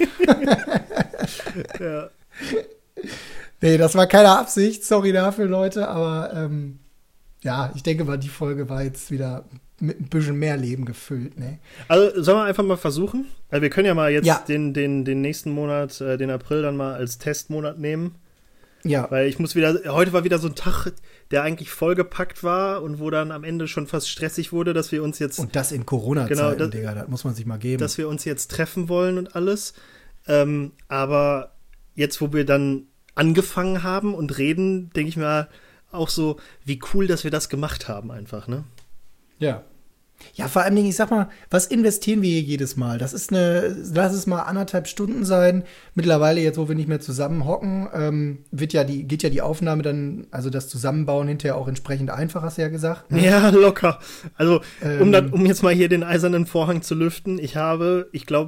Ja. Nee, das war keine Absicht, sorry dafür, Leute, aber ähm, ja, ich denke mal, die Folge war jetzt wieder mit ein bisschen mehr Leben gefüllt, ne? Also sollen wir einfach mal versuchen? Also wir können ja mal jetzt Ja. den, den, den nächsten Monat, äh, den April, dann mal als Testmonat nehmen. Ja, Weil ich muss wieder, heute war wieder so ein Tag, der eigentlich vollgepackt war und wo dann am Ende schon fast stressig wurde, dass wir uns jetzt, und das in Corona-Zeiten, Genau, das- Digga, das muss man sich mal geben. dass wir uns jetzt treffen wollen und alles. Ähm, aber jetzt, wo wir dann angefangen haben und reden, denke ich mir auch so, wie cool, dass wir das gemacht haben einfach, ne? Ja. Ja, vor allem, ich sag mal, was investieren wir hier jedes Mal? Das ist eine, lass es mal anderthalb Stunden sein. Mittlerweile, jetzt, wo wir nicht mehr zusammen hocken, ähm, wird ja die, geht ja die Aufnahme dann, also das Zusammenbauen hinterher auch entsprechend einfach, hast du ja gesagt. Ne? Ja, locker. Also, um, Ähm. dann, um jetzt mal hier den eisernen Vorhang zu lüften, ich habe, ich glaube,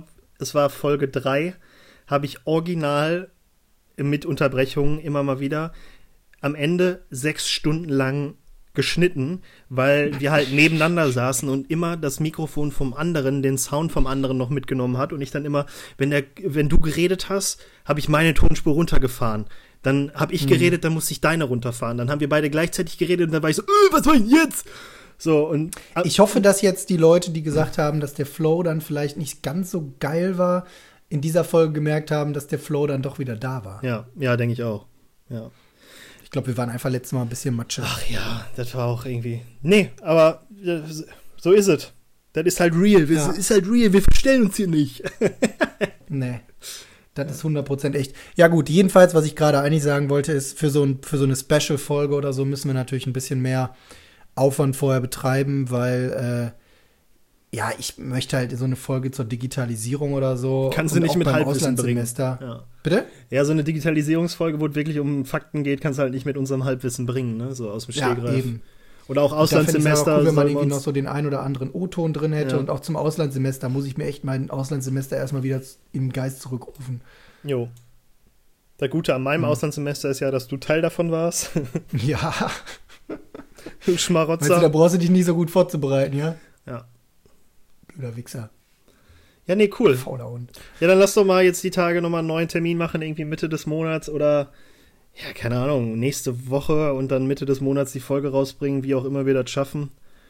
es war Folge drei, habe ich original mit Unterbrechungen immer mal wieder am Ende sechs Stunden lang geschnitten, weil wir halt nebeneinander saßen und immer das Mikrofon vom anderen, den Sound vom anderen noch mitgenommen hat und ich dann immer, wenn der, wenn du geredet hast, habe ich meine Tonspur runtergefahren. Dann habe ich geredet, mhm. dann musste ich deine runterfahren. Dann haben wir beide gleichzeitig geredet und dann war ich so, äh, was war denn jetzt? So, und äh, ich hoffe, dass jetzt die Leute, die gesagt haben, dass der Flow dann vielleicht nicht ganz so geil war, in dieser Folge gemerkt haben, dass der Flow dann doch wieder da war. Ja, ja, denke ich auch. Ja. Ich glaube, wir waren einfach letztes Mal ein bisschen Matsche. Ach ja, das war auch irgendwie. Nee, aber so ist es. Das ist halt real. Das ja. ist halt real. Wir verstellen uns hier nicht. Nee. Das ist hundert Prozent echt. Ja gut, jedenfalls, was ich gerade eigentlich sagen wollte, ist, für so, ein, für so eine Special-Folge oder so müssen wir natürlich ein bisschen mehr Aufwand vorher betreiben, weil äh, ja, ich möchte halt so eine Folge zur Digitalisierung oder so. Kannst du nicht mit Halbwissen bringen. Ja. Bitte? Ja, so eine Digitalisierungsfolge, wo es wirklich um Fakten geht, kannst du halt nicht mit unserem Halbwissen bringen, ne? So aus dem Stegreif. Ja, eben. Oder auch Auslandssemester. Da cool, wenn man irgendwie noch so den ein oder anderen O-Ton drin hätte. Ja. Und auch zum Auslandssemester muss ich mir echt mein Auslandssemester erstmal wieder im Geist zurückrufen. Jo. Der Gute an meinem hm. Auslandssemester ist ja, dass du Teil davon warst. Ja. Du Schmarotzer. Weißt du, da brauchst du dich nicht so gut vorzubereiten, ja? Ja. Blöder Wichser. Ja, nee, cool. Fauler Hund. Ja, dann lass doch mal jetzt die Tage nochmal einen neuen Termin machen, irgendwie Mitte des Monats oder, ja, keine Ahnung, nächste Woche und dann Mitte des Monats die Folge rausbringen, wie auch immer wir das schaffen.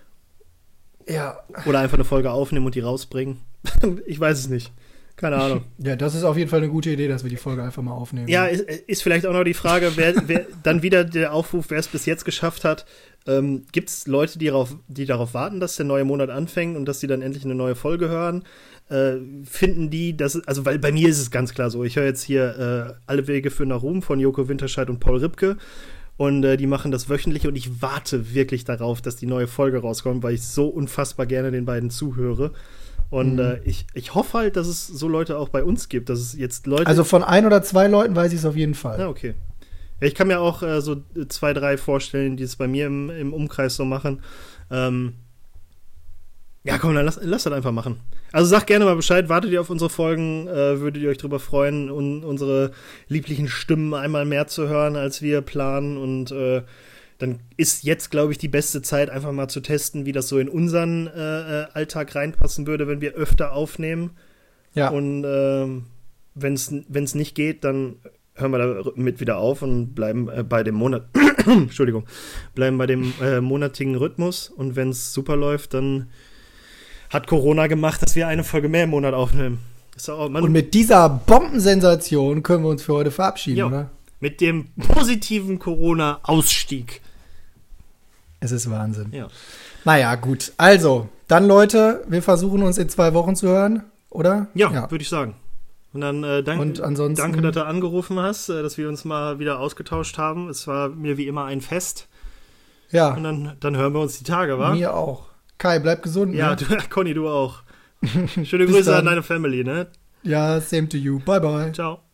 Ja. Oder einfach eine Folge aufnehmen und die rausbringen. Ich weiß es nicht. Keine Ahnung. Ja, das ist auf jeden Fall eine gute Idee, dass wir die Folge einfach mal aufnehmen. Ja, ist, ist vielleicht auch noch die Frage, wer, wer dann wieder der Aufruf, wer es bis jetzt geschafft hat. Ähm, gibt es Leute, die darauf, die darauf warten, dass der neue Monat anfängt und dass sie dann endlich eine neue Folge hören? Äh, finden die, dass es, also weil bei mir ist es ganz klar so, ich höre jetzt hier äh, Alle Wege führen nach Ruhm von Joko Winterscheid und Paul Ripke und äh, die machen das wöchentlich und ich warte wirklich darauf, dass die neue Folge rauskommt, weil ich so unfassbar gerne den beiden zuhöre. Und mhm. äh, ich, ich hoffe halt, dass es so Leute auch bei uns gibt, dass es jetzt Leute. Also von ein oder zwei Leuten weiß ich es auf jeden Fall. Ja, okay. Ja, ich kann mir auch äh, so zwei, drei vorstellen, die es bei mir im, im Umkreis so machen. Ähm, ja, komm, dann lass, lass das einfach machen. Also sagt gerne mal Bescheid, wartet ihr auf unsere Folgen, äh, würdet ihr euch drüber freuen, un- unsere lieblichen Stimmen einmal mehr zu hören, als wir planen. Und äh, dann ist jetzt, glaube ich, die beste Zeit, einfach mal zu testen, wie das so in unseren äh, Alltag reinpassen würde, wenn wir öfter aufnehmen. Ja. Und äh, wenn es nicht geht, dann hören wir damit wieder auf und bleiben äh, bei dem Monat Entschuldigung, bleiben bei dem äh, monatigen Rhythmus. Und wenn es super läuft, dann hat Corona gemacht, dass wir eine Folge mehr im Monat aufnehmen. Ist auch, man, und mit dieser Bombensensation können wir uns für heute verabschieden, jo, oder? Mit dem positiven Corona-Ausstieg. Es ist Wahnsinn. Ja. Naja, gut. Also, dann Leute, wir versuchen uns in zwei Wochen zu hören, oder? Ja, ja. Würde ich sagen. Und dann äh, danke, und ansonsten, danke, dass du angerufen hast, äh, dass wir uns mal wieder ausgetauscht haben. Es war mir wie immer ein Fest. Ja. Und dann, dann hören wir uns die Tage, wa? Mir auch. Kai, bleib gesund. Ja, ne? du, Conny, du auch. Schöne Grüße an deine Family, ne? Ja, same to you. Bye, bye. Ciao.